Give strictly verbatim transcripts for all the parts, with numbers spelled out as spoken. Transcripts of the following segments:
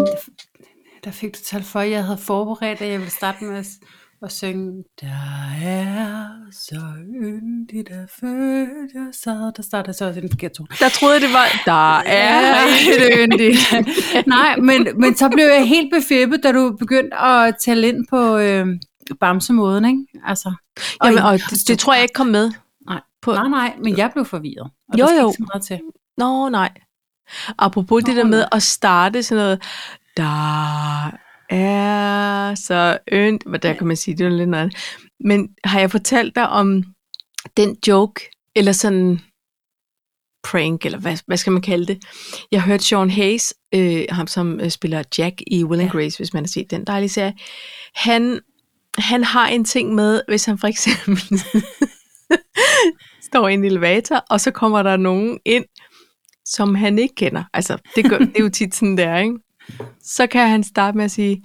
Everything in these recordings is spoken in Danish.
Der fik du talt for, at jeg havde forberedt, at jeg ville starte med at, at synge. Der er så yndigt at føle sig. Der startede så også en forkert tone. Der troede det var, der er rigtig yndigt. Nej, men, men så blev jeg helt befippet, da du begyndte at tælle ind på øh, bamsemåden, ikke? Altså, og Jamen, og det, det tror jeg ikke kom med. Nej, på. nej, nej, men jeg blev forvirret. Og jo, der jo. ikke så meget til. Nå, nej. Apropos Nå, det der med at starte sådan noget, der er så yndt, hvad der kan man sige, det er lidt noget. Men har jeg fortalt dig om den joke, eller sådan prank, eller hvad, hvad skal man kalde det? Jeg hørte Sean Hayes, øh, ham som øh, spiller Jack i Will and ja. Grace, hvis man har set den dejlige serie. Han, han har en ting med, hvis han for eksempel står i en elevator, og så kommer der nogen ind, som han ikke kender. Altså, det, gør, det er jo tit sådan der, ikke? Så kan han starte med at sige,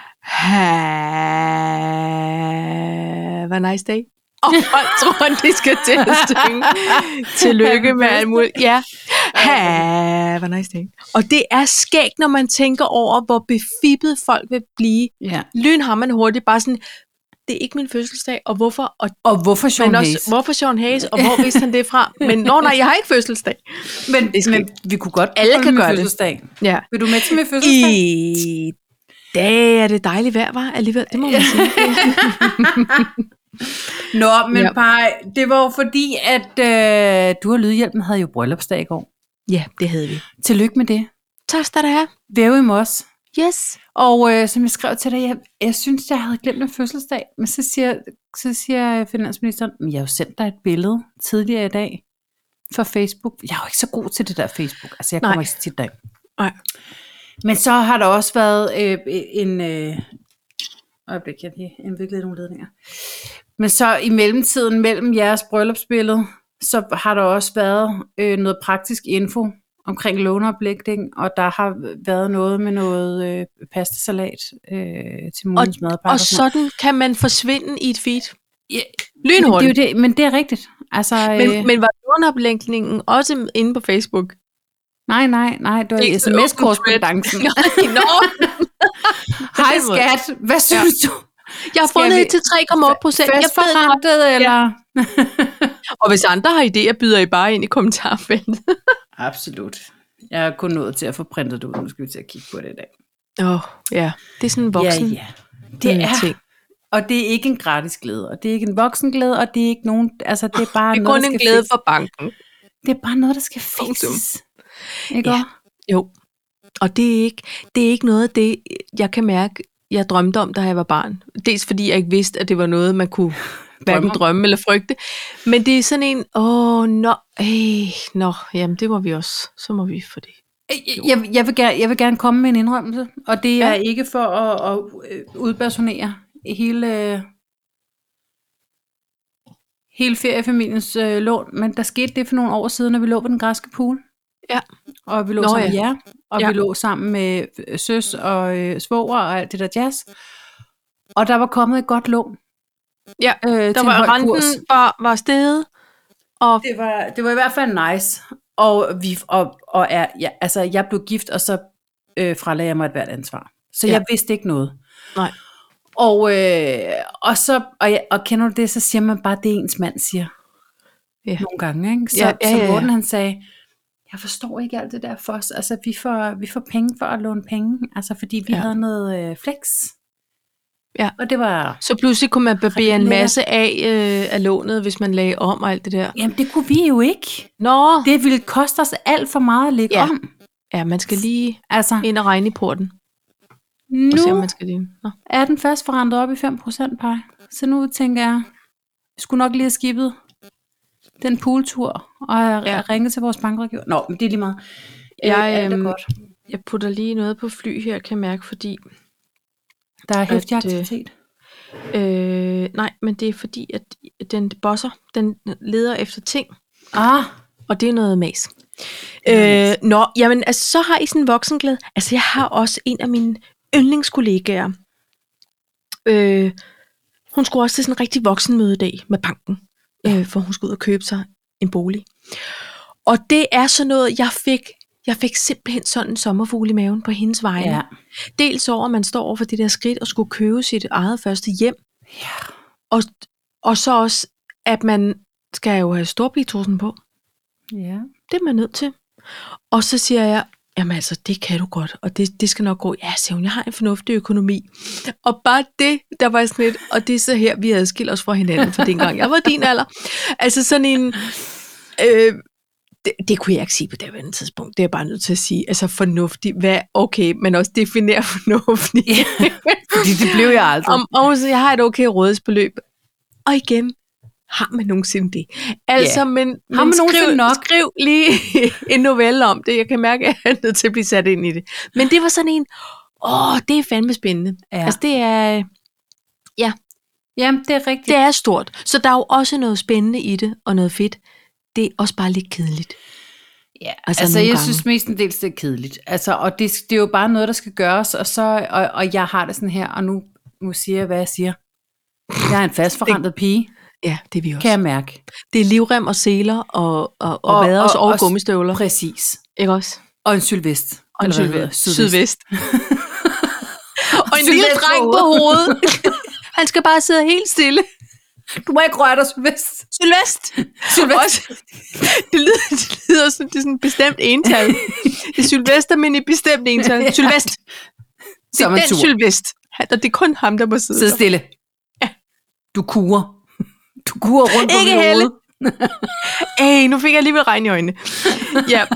have a nice day. Og folk tror, at de skal til at synge tillykke med alt muligt. Ja, have a nice day. Og det er skægt, når man tænker over, hvor befippet folk vil blive. Ja. Lyn har man hurtigt bare sådan, det er ikke min fødselsdag, og hvorfor? Og, og hvorfor Sean Hayes? Også, hvorfor Sean Hayes, og hvor vidste han det fra? Men nå, nej, jeg har ikke fødselsdag. Men, men vi kunne godt alle kan gøre fødselsdag. Det. Ja. Vil du med til min fødselsdag? I dag er det dejligt vejr, var alligevel. Det må man sige. Nå, men ja. Paj, det var jo fordi, at øh, du og Lydhjælpen havde jo bryllupsdag i går. Ja, det havde vi. Tillykke med det. Tak skal du have. Væve i Moss. Yes. Og øh, som jeg skrev til dig, jeg, jeg synes, jeg havde glemt en fødselsdag. Men så siger, så siger finansministeren, men jeg har jo sendt dig et billede tidligere i dag fra Facebook. Jeg er jo ikke så god til det der Facebook. Altså, jeg kommer Nej. ikke så tit derind. Nej. Men så har der også været øh, en... Øh, øjeblik, jeg har indviklet nogle ledninger. Men så i mellemtiden, mellem jeres bryllupsbillede, så har der også været øh, noget praktisk info omkring låneoplægning, og der har været noget med noget øh, pastasalat øh, til morgens madpakke. Og sådan kan man forsvinde i et feed. Ja, lynhurtigt. Det er jo det, men det er rigtigt. Altså, men, øh, men var låneoplægningen også inde på Facebook? Nej, nej, nej, det var sms-korrespondancen. Hej skat, hvad synes ja. du? Jeg har fundet det til tre komma otte procent. Jeg forrentet, eller? Ja. Og hvis andre har idéer, byder I bare ind i kommentarfeltet. Absolut. Jeg er kun nået til at få printet det ud. Nu skal vi til at kigge på det i dag. Åh, oh, ja. Det er sådan en voksen ja, ja. Det er ting. Og det er ikke en gratis glæde, og det er ikke en voksen glæde, og det er ikke nogen, altså det er bare det er noget, kun en glæde for banken. Det er bare noget, der skal fikses. Ikke ja. Jo. Og det er ikke, det er ikke noget af det, jeg kan mærke, jeg drømte om, da jeg var barn. Dels fordi jeg ikke vidste, at det var noget, man kunne hverken drømme eller frygte. Men det er sådan en, åh, nå, øh, nå, jamen det må vi også, så må vi få det. Jeg, jeg, vil gerne, jeg vil gerne komme med en indrømmelse, og det er ja. ikke for at, at udpersonere hele, hele feriefamiliens øh, lån, men der skete det for nogle år siden, når vi lå på den græske pool. Ja. Og vi lå Nå, sammen ja. med jer, og ja. vi lå sammen med søs og øh, svoger og alt det der jazz. Og der var kommet et godt lån. Ja, øh, der var renten var, var steget. Og det var, det var i hvert fald nice. Og, vi, og, og er, ja, altså, jeg blev gift, og så øh, fralagde jeg mig et hvert ansvar. Så ja. jeg vidste ikke noget. Nej. Og, øh, og, så, og, jeg, og kender du det, så siger man bare, det ens mand siger. Ja. Nogle gange, ikke? Så, ja, ja, ja, ja. så Morten han sagde, jeg forstår ikke alt det der for os. Altså, vi får, vi får penge for at låne penge. Altså, fordi vi ja. havde noget øh, flex. Ja. Og det var... Så pludselig kunne man barbere en masse af, øh, af lånet, hvis man lagde om og alt det der. Jamen, det kunne vi jo ikke. Nå. Det ville koste os alt for meget at lægge ja. om. Ja, man skal lige altså, ind og regne i porten. Nu og se, om man skal lige... Nå. er den fast forrentet op i fem procent, Paj. Så nu tænker jeg, jeg skulle nok lige have skibet den pooltur, og jeg ja. ringet til vores bankrådgiver. Nå, men det er lige meget. Jeg, øhm, godt. jeg putter lige noget på fly her, kan jeg mærke, fordi... Der er hæftig aktivitet. Øh, nej, men det er fordi, at den bosser, den leder efter ting. Ah. Og det er noget mas. Øh, nå, jamen, altså, så har I sådan en voksenglæde. Altså, jeg har også en af mine yndlingskollegaer. Øh, hun skulle også til sådan en rigtig voksenmødedag med banken. Øh, for hun skulle ud og købe sig en bolig. Og det er sådan noget, jeg fik jeg fik simpelthen sådan en sommerfugl i maven på hendes vegne. Ja. Dels over, at man står over for det der skridt og skulle købe sit eget første hjem. Ja. Og, og så også, at man skal jo have storbligetusen på. Ja. Det er man nødt til. Og så siger jeg, jamen altså, det kan du godt, og det, det skal nok gå. Ja, siger hun, jeg har en fornuftig økonomi. Og bare det, der var sådan lidt, og det er så her, vi adskiller os fra hinanden, for dengang jeg var din alder. Altså sådan en, øh, det, det kunne jeg ikke sige på det andet tidspunkt, det er jeg bare nødt til at sige. Altså fornuftig, hvad, okay, men også definere fornuftig. Ja, fordi det blev jeg aldrig. Om, og så jeg har et okay rådighedsbeløb. Og igen, har man nogensinde det? Altså, Ja. men, Har man men nogensinde skriv, nok? skriv lige en novelle om det. Jeg kan mærke, at jeg er nødt til at blive sat ind i det. Men det var sådan en, åh, det er fandme spændende. Ja. Altså, det er, ja, Jamen, det er rigtigt. det er stort. Så der er jo også noget spændende i det, og noget fedt. Det er også bare lidt kedeligt. Ja, Altså, altså, altså nogle jeg gange. synes mestendels, det er kedeligt. Altså, og det, det er jo bare noget, der skal gøres, og, så, og, og jeg har det sådan her, og nu, nu siger jeg, hvad jeg siger. Jeg er en fastforrentet pige, Ja, det er vi også. kan jeg mærke. Det er livrem og seler, og, og, og, Og- og vaders og- og, og og- gummistøvler. Præcis. Ikke også? Og en sylvest. Og en Eller hvad hedder sydvest. det? Sydvest. og en Sylvest lille på dreng på hovedet. Han skal bare sidde helt stille. Du må ikke røre dig, sylvest. Sylvest. Sylvest. Også, det lyder, det lyder sådan, det er sådan et bestemt ental. Det er Sylvester, men i bestemt ental. Sylvest. Det Som er en den tur. Sylvest. Han- Og det er kun ham, der må sidde Sid der. stille. Du kurer. Du kurer rundt på Ikke mit Helle. hoved. Ej, nu fik jeg alligevel regn i øjnene. Ja,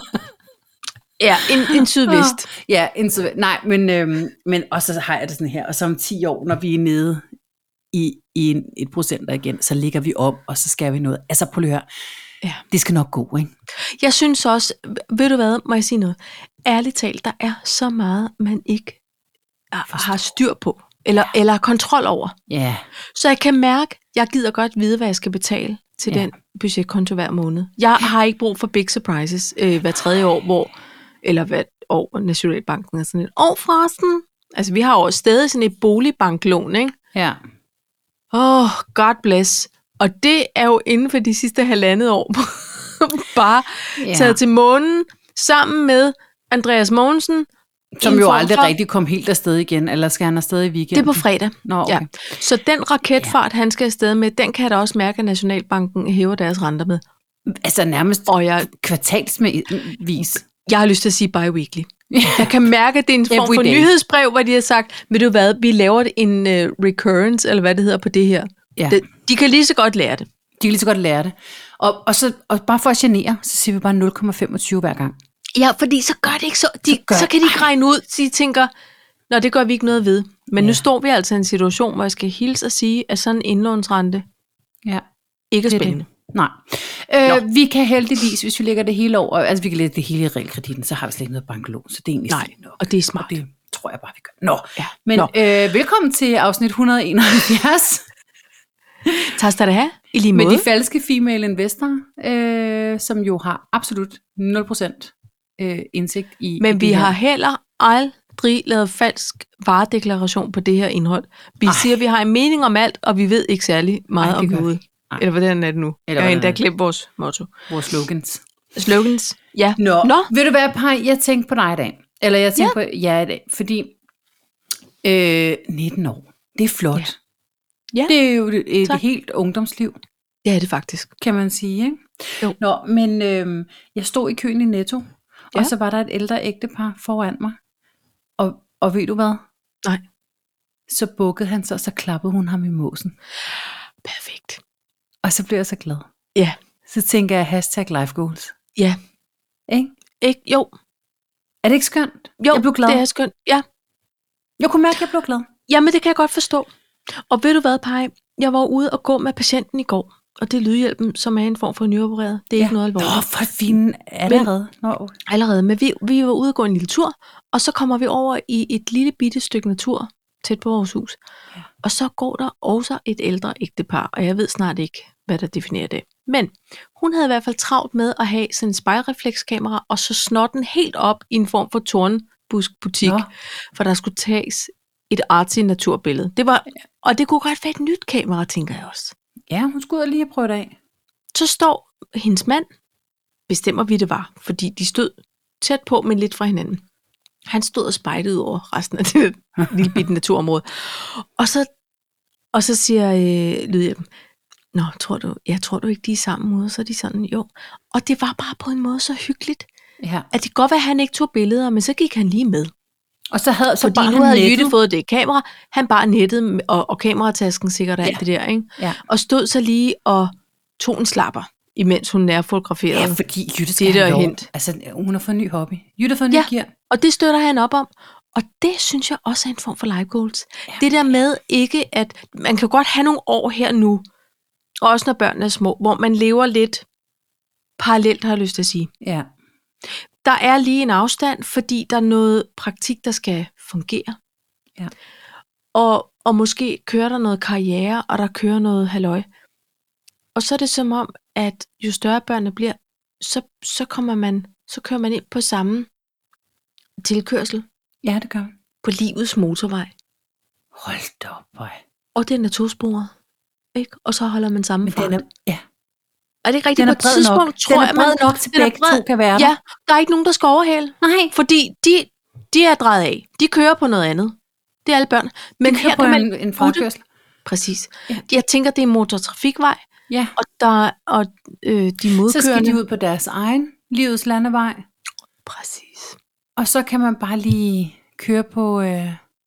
ja en, en sydvest. Ja, en sylvest. Nej, men, øhm, men også så har jeg det sådan her, og så om ti år, når vi er nede i, i en, et procenter igen, så ligger vi op, og så skal vi noget. Altså, prøv lige at høre. Ja. Det skal nok gå, ikke? Jeg synes også, ved du hvad, må jeg sige noget? Ærligt talt, der er så meget, man ikke har, har styr på, eller, eller har kontrol over. Ja. Så jeg kan mærke, jeg gider godt vide, hvad jeg skal betale til Ja. den budgetkonto hver måned. Jeg har ikke brug for big surprises øh, hver tredje år, hvor, eller hvert år, Nationalbanken er sådan lidt, åh forresten, altså vi har jo stadig sådan et boligbanklån, ikke? Ja. Åh, oh, God bless. Og det er jo inden for de sidste halvandet år bare Ja. taget til månen sammen med Andreas Mogensen. Som i en jo form aldrig for- rigtig kom helt afsted igen, eller skal han afsted i Det weekenden? er på fredag. Nå, okay. Ja. Så den raketfart, han skal afsted med, den kan jeg da også mærke, at Nationalbanken hæver deres renter med. Altså nærmest Og jeg, kvartalsvis. jeg har lyst til at sige bi-weekly. Jeg kan mærke, at det er en form for Every day. nyhedsbrev, hvor de har sagt, ved du hvad, vi laver en uh, recurrence, eller hvad det hedder på det her. Ja. Det, de kan lige så godt lære det. De kan lige så godt lære det. Og, og, så, og bare for at genere, så siger vi bare nul komma femogtyve hver gang. Ja, fordi så gør det ikke så. De, Så så, gør- så kan de ikke regne ud, så de tænker, nå, det gør vi ikke noget ved. Men Ja. nu står vi altså i en situation, hvor jeg skal hilse og sige, at sådan en indlånsrente Ja. ikke er Det er spændende. Nej. Øh, vi kan heldigvis, hvis vi lægger det hele over, altså vi kan lægge det hele i realkreditten, så har vi slet ikke noget banklån, så det er egentlig Nej, fint nok. og det er smart. Og det tror jeg bare, vi gør. Nå, Ja. men Nå. øh, velkommen til afsnit et hundrede og enoghalvfjerds Tak skal det have, i lige med måde. de falske female investorer, øh, som jo har absolut nul procent øh, indsigt i i Men det vi her. har heller aldrig lavet falsk varedeklaration på det her indhold. Vi Ej. siger, at vi har en mening om alt, og vi ved ikke særlig meget Ej, det om gør vi. noget. Nej. Eller hvordan er det nu? Eller Jeg har hvordan endda er det? glemt vores motto. vores slogans. Slogans. Ja. Nå, Nå. ved du hvad, Paj, jeg tænkte på dig i dag. Eller jeg tænkte ja. på jer i dag, fordi øh, nitten år, det er flot. Ja. Ja. Det er jo et, et Tak. helt ungdomsliv, Det er det faktisk. kan man sige, ikke? Jo. Nå, men øh, jeg stod i køen i Netto, Ja. og så var der et ældre ægtepar foran mig. Og, og ved du hvad? Nej. Så bukkede han sig, og så klappede hun ham i måsen. Perfekt. Og så blev jeg så glad. Ja. Så tænker jeg, hashtag life goals. Ja. Ikke? Ikke? Jo. Er det ikke skønt? Jo, Jeg blev glad. det er skønt. Ja. Jeg kunne mærke, at jeg blev glad. Jamen, det kan jeg godt forstå. Og ved du hvad, Paj? Jeg var ude og gå med patienten i går, og det er lydhjælpen, som er en form for nyopereret. Det er ja. ikke noget alvorligt. Nå, for fint allerede. Nå, Allerede, men vi, vi var ude og gå en lille tur, og så kommer vi over i et lille bitte stykke natur, tæt på vores hus. Ja. Og så går der også et ældre ægtepar, og jeg ved snart ikke, hvad der definerer det. Men hun havde i hvert fald travlt med at have sådan en spejlreflekskamera, og så snotten helt op i en form for tornbuskbutik, Nå. for der skulle tages et artsy naturbillede. Det var, og det kunne godt være et nyt kamera, tænker jeg også. ja, hun skulle ud og lige have prøvet det af. Så står hendes mand, bestemmer vi det var, fordi de stod tæt på, men lidt fra hinanden. Han stod og spejdede over resten af det lille bitte naturområde. Og så, og så siger øh, Lydhjælpen, nå, tror du, jeg tror du ikke, de er sammen ude? Så er de sådan, jo. Og det var bare på en måde så hyggeligt, Ja. at det kan godt være, at han ikke tog billeder, men så gik han lige med. Og så havde så Fordi bare nu havde nettet. Jytte fået det kamera, han bare nettet, og, og kameratasken sikkert og alt Ja. det der, ikke? Ja. Og stod så lige og tog en slapper, imens hun nærfotograferede. Ja, fordi Jytte skal Dette have og lov. hint. Altså, hun har fået en ny hobby. Jytte har fået en Ja. ny gear. Og det støtter han op om. Og det synes jeg også er en form for life goals. Ja. Det der med ikke, at man kan godt have nogle år her nu, også når børnene er små, hvor man lever lidt parallelt, har jeg lyst til at sige. Ja. Der er lige en afstand, fordi der er noget praktik, der skal fungere. Ja. Og, og måske kører der noget karriere, og der kører noget halløj. Og så er det som om, at jo større børnene bliver, så, så, kommer man, så kører man ind på samme tilkørsel Ja, det gør man. på livets motorvej. Hold da op, boy. Og den er tosporet. Ikke? Og så holder man samme Men fart. den er, ja. Er det ikke rigtigt? Den er På et bred tidspunkt, nok. tror Den er jeg, bred man, nok til den er begge bred. to kan være der. Ja, der er ikke nogen, der skal overhale. Nej. Fordi de, de er drejet af. De kører på noget andet. Det er alle børn. Men Men her her på kan man... en, en frakørsel. Præcis. Ja. Jeg tænker, det er motortrafikvej, Ja. og, der, og øh, de modkørende... Så skal de ud på deres egen livets landevej. Præcis. Og så kan man bare lige køre på... Øh...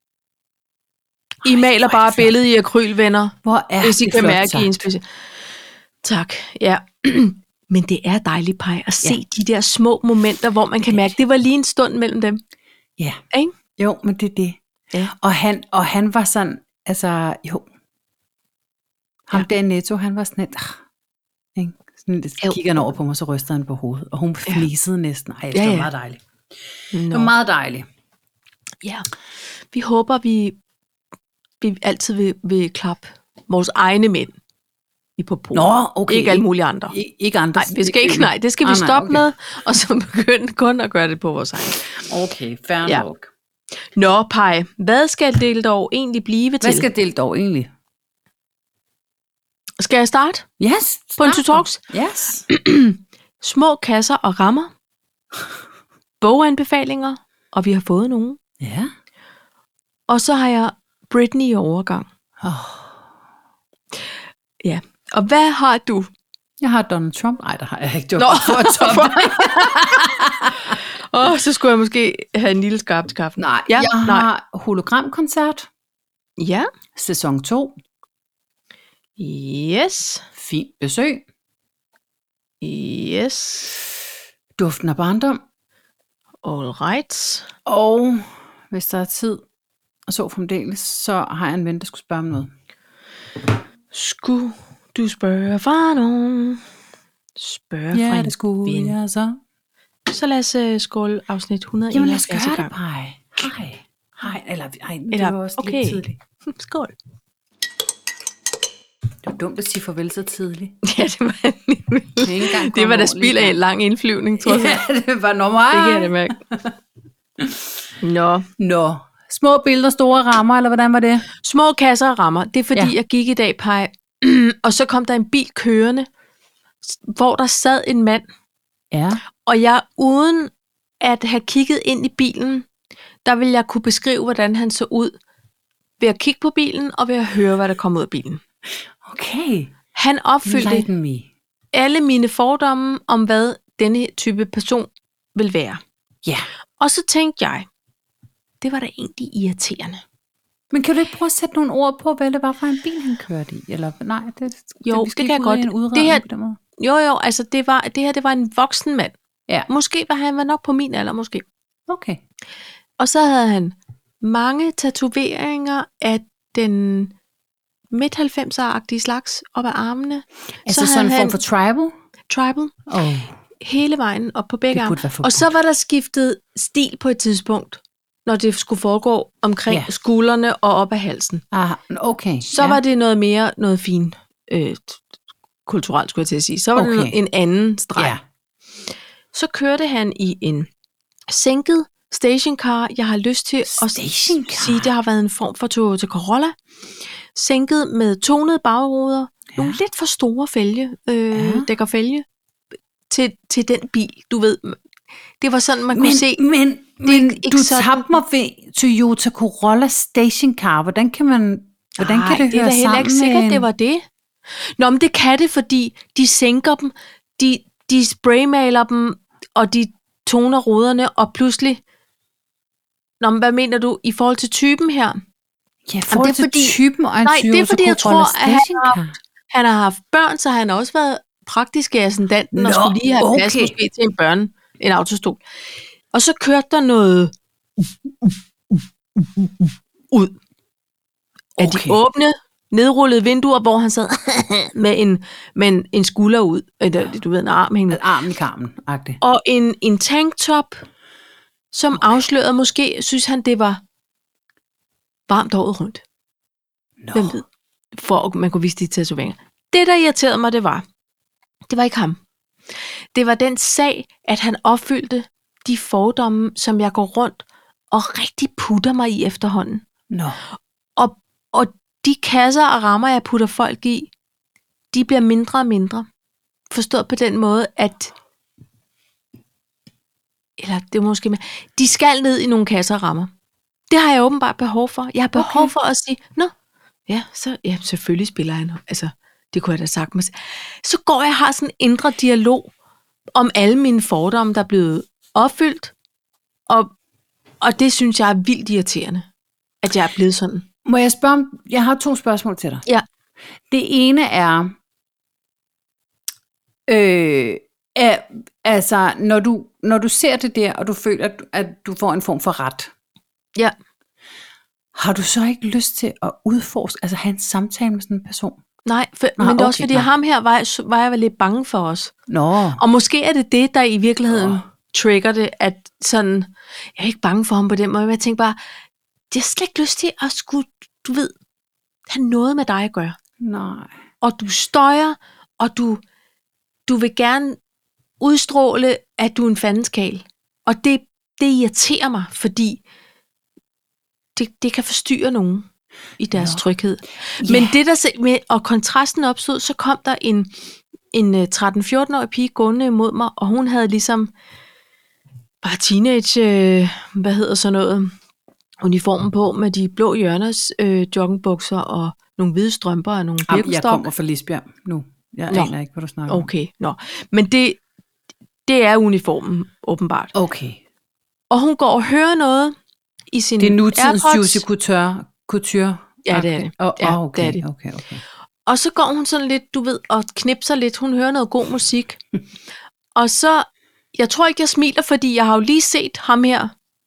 I Ej, maler hvor er bare det flot. billedet i akryl, venner. Hvor er Hvis I det kan flot mærke sagt. i en speciel... Tak, ja. Men det er dejligt, Paj, at se Ja. de der små momenter, hvor man kan mærke, det var lige en stund mellem dem. Ja. Ikke? Jo, men det er det. Ja. Og han, og han var sådan, altså, jo. Ham Ja. der i Netto, han var sådan et, ah, ikke? Sådan lidt, Jo. kigger han over på mig, så ryster han på hovedet. Og hun Ja. fnisede næsten. Ej, det Ja, var ja. meget dejligt. Nå. Det var meget dejligt. Ja. Vi håber, vi, vi altid vil, vil klappe vores egne mænd i på på. Nå, okay. Ikke alle mulige andre. Ikke, ikke andre. Nej, vi skal ikke, nej, det skal vi Ah, nej, stoppe okay. med, og så begynde kun at gøre det på vores egen. Okay, fair Ja. nok. Nå, Paj, hvad skal det dog egentlig blive til? Hvad skal det dog egentlig? Skal jeg starte? Yes. På en start. Talks? Yes. Små kasser og rammer. Boganbefalinger, og vi har fået nogle. Ja. Og så har jeg Britney i overgang. Oh. Ja. Og hvad har du? Jeg har Donald Trump. Nej, der har jeg ikke. Det Nå. var for top. Åh, oh, så skulle jeg måske have en lille skarp til kaffen. Nej, Ja, jeg nej. har hologramkoncert. Ja. Sæson to. Yes. Fint besøg. Yes. Duften af barndom. All right. Og hvis der er tid, og så fremdeles, så har jeg en ven, der skulle spørge om noget. Skulle du spørge fra nogen? Spørge fra Ja, en det skulle ven. jeg så. Så lad os uh, skåle afsnit et hundrede og Jamen lad os enoghalvfjerds i gøre det, gang. Paj. Hej. Hej. Eller, ej, det Eller, var også okay. lidt tidligt. Skål. Det var dumt at sige farvel så tidligt. Ja, det var, Det, er ikke engang det var da kommet spild af en ordentligt lang indflyvning, tror i gang. jeg. Ja, det var nummer. Det kan jeg da mærke. Nå. Nå. Små billeder, store rammer, eller hvordan var det? Små kasser og rammer. Det er fordi, Ja. ja. jeg gik i dag, Paj, og så kom der en bil kørende, hvor der sad en mand, Ja. og jeg uden at have kigget ind i bilen, der ville jeg kunne beskrive, hvordan han så ud, ved at kigge på bilen, og ved at høre, hvad der kom ud af bilen. Okay. Han opfyldte Lighten me. alle mine fordomme om, hvad denne type person vil være. Ja. Og så tænkte jeg, det var da egentlig irriterende. Men kan du ikke prøve at sætte nogle ord på, hvad det var for en bil, han kørte i? Eller nej, det, Jo, vi skal det kan ikke jeg ud i godt. en udredning Det her- på den måde. Jo, jo, altså det, var, det her, det var en voksen mand. Ja. Måske var han var nok på min alder, måske. Okay. Og så havde han mange tatoveringer af den midt halvfemser-agtige slags op ad armene. Altså så sådan en havde form han for tribal? tribal Oh, hele vejen op på begge det arme. burde være for Og så var der skiftet stil på et tidspunkt, når det skulle foregå omkring Ja. ja. skuldrene og op ad halsen. Ah, okay. Så ja. var det noget mere, noget fint øh, kulturelt, skulle jeg til at sige. Så var Okay. det noget, en anden streg. Ja. Så kørte han i en sænket stationcar. Jeg har lyst til at Stationcar? sige, at det har været en form for Toyota Corolla. Sænket med tonede bagruder. Ja. Nogle lidt for store fælge, øh, Ja. ja. dækker fælge til, til den bil. Du ved, det var sådan, man kunne Men, se. men, men ikke du sådan- tabte mig ved Toyota Corolla stationcar. Hvordan kan man, hvordan Nej, kan det, det er høre da heller sammen ikke sikkert, med en- det var det. Nå, men det kan det, fordi de sænker dem, de, de spraymaler dem, og de toner ruderne, og pludselig... Nå, men hvad mener du i forhold til typen her? Ja, i forhold det er til fordi- typen og en Nej, det er Toyota fordi, jeg Corolla tror, at han har stationcar. Han har haft børn, så han har også været praktisk i ascendanten, og Nå, skulle lige have plads okay. måske til en børn, en autostol. Og så kørte der noget ud af Okay. de åbne, nedrullede vinduer, hvor han sad med en, med en, en skulder ud, eller du ved, en arm hængende, Armen i karmen, agtigt. og en, en tanktop, som okay. afslørede måske, synes han, det var varmt året rundt. Nå. Hvem ved? For at man kunne vise de tatoveringer. Det, der irriterede mig, det var, det var ikke ham. Det var den sag, at han opfyldte de fordomme, som jeg går rundt og rigtig putter mig i efterhånden. Nå. Og, og de kasser og rammer, jeg putter folk i, de bliver mindre og mindre. Forstået på den måde, at eller det er måske med, de skal ned i nogle kasser og rammer. Det har jeg åbenbart behov for. Jeg har behov Okay. for at sige, nå, ja, så, ja, selvfølgelig spiller han. Altså, det kunne jeg da sagt mig. Så går jeg og har sådan en indre dialog om alle mine fordomme, der er blevet opfyldt. Og, og det synes jeg er vildt irriterende, at jeg er blevet sådan. Må jeg spørge om, jeg har to spørgsmål til dig. Ja. Det ene er, øh, er altså, når du, når du ser det der, og du føler, at, at du får en form for ret, Ja. har du så ikke lyst til at udforske, altså have en samtale med sådan en person? Nej, for, Nå, men det er også okay, fordi, nej. ham her var, jeg- var jeg lidt bange for os. Nå. Og måske er det det, der i virkeligheden Åh. oh. trigger det, at sådan, jeg er ikke bange for ham på den måde, men jeg tænker bare, jeg har slet ikke lyst til at skulle, du ved, have noget med dig at gøre. Nej. Og du støjer, og du, du vil gerne udstråle, at du er en fandenskal. Og det, det irriterer mig, fordi det, det kan forstyrre nogen i deres Nå. tryghed. Ja. Men det der se- med, og kontrasten opstod, så kom der en, en tretten-fjorten-årig pige gående imod mig, og hun havde ligesom bare teenage, øh, hvad hedder sådan noget, uniformen på med de blå hjørners øh, joggingbukser og nogle hvide strømper og nogle Jamen, jeg birkenstok. kommer fra Lisbjerg nu. Jeg Nå. aner ikke, hvad du snakker om. Okay, nå. Men det, det er uniformen, åbenbart. Okay. Og hun går og hører noget i sin Det er nutidens AirPods, Juicy Couture. couture Ja, det er det. Oh, Ja, oh, okay, det er det. okay, okay. og så går hun sådan lidt, du ved, og knipser lidt. Hun hører noget god musik. Og så, jeg tror ikke, jeg smiler, fordi jeg har jo lige set ham her.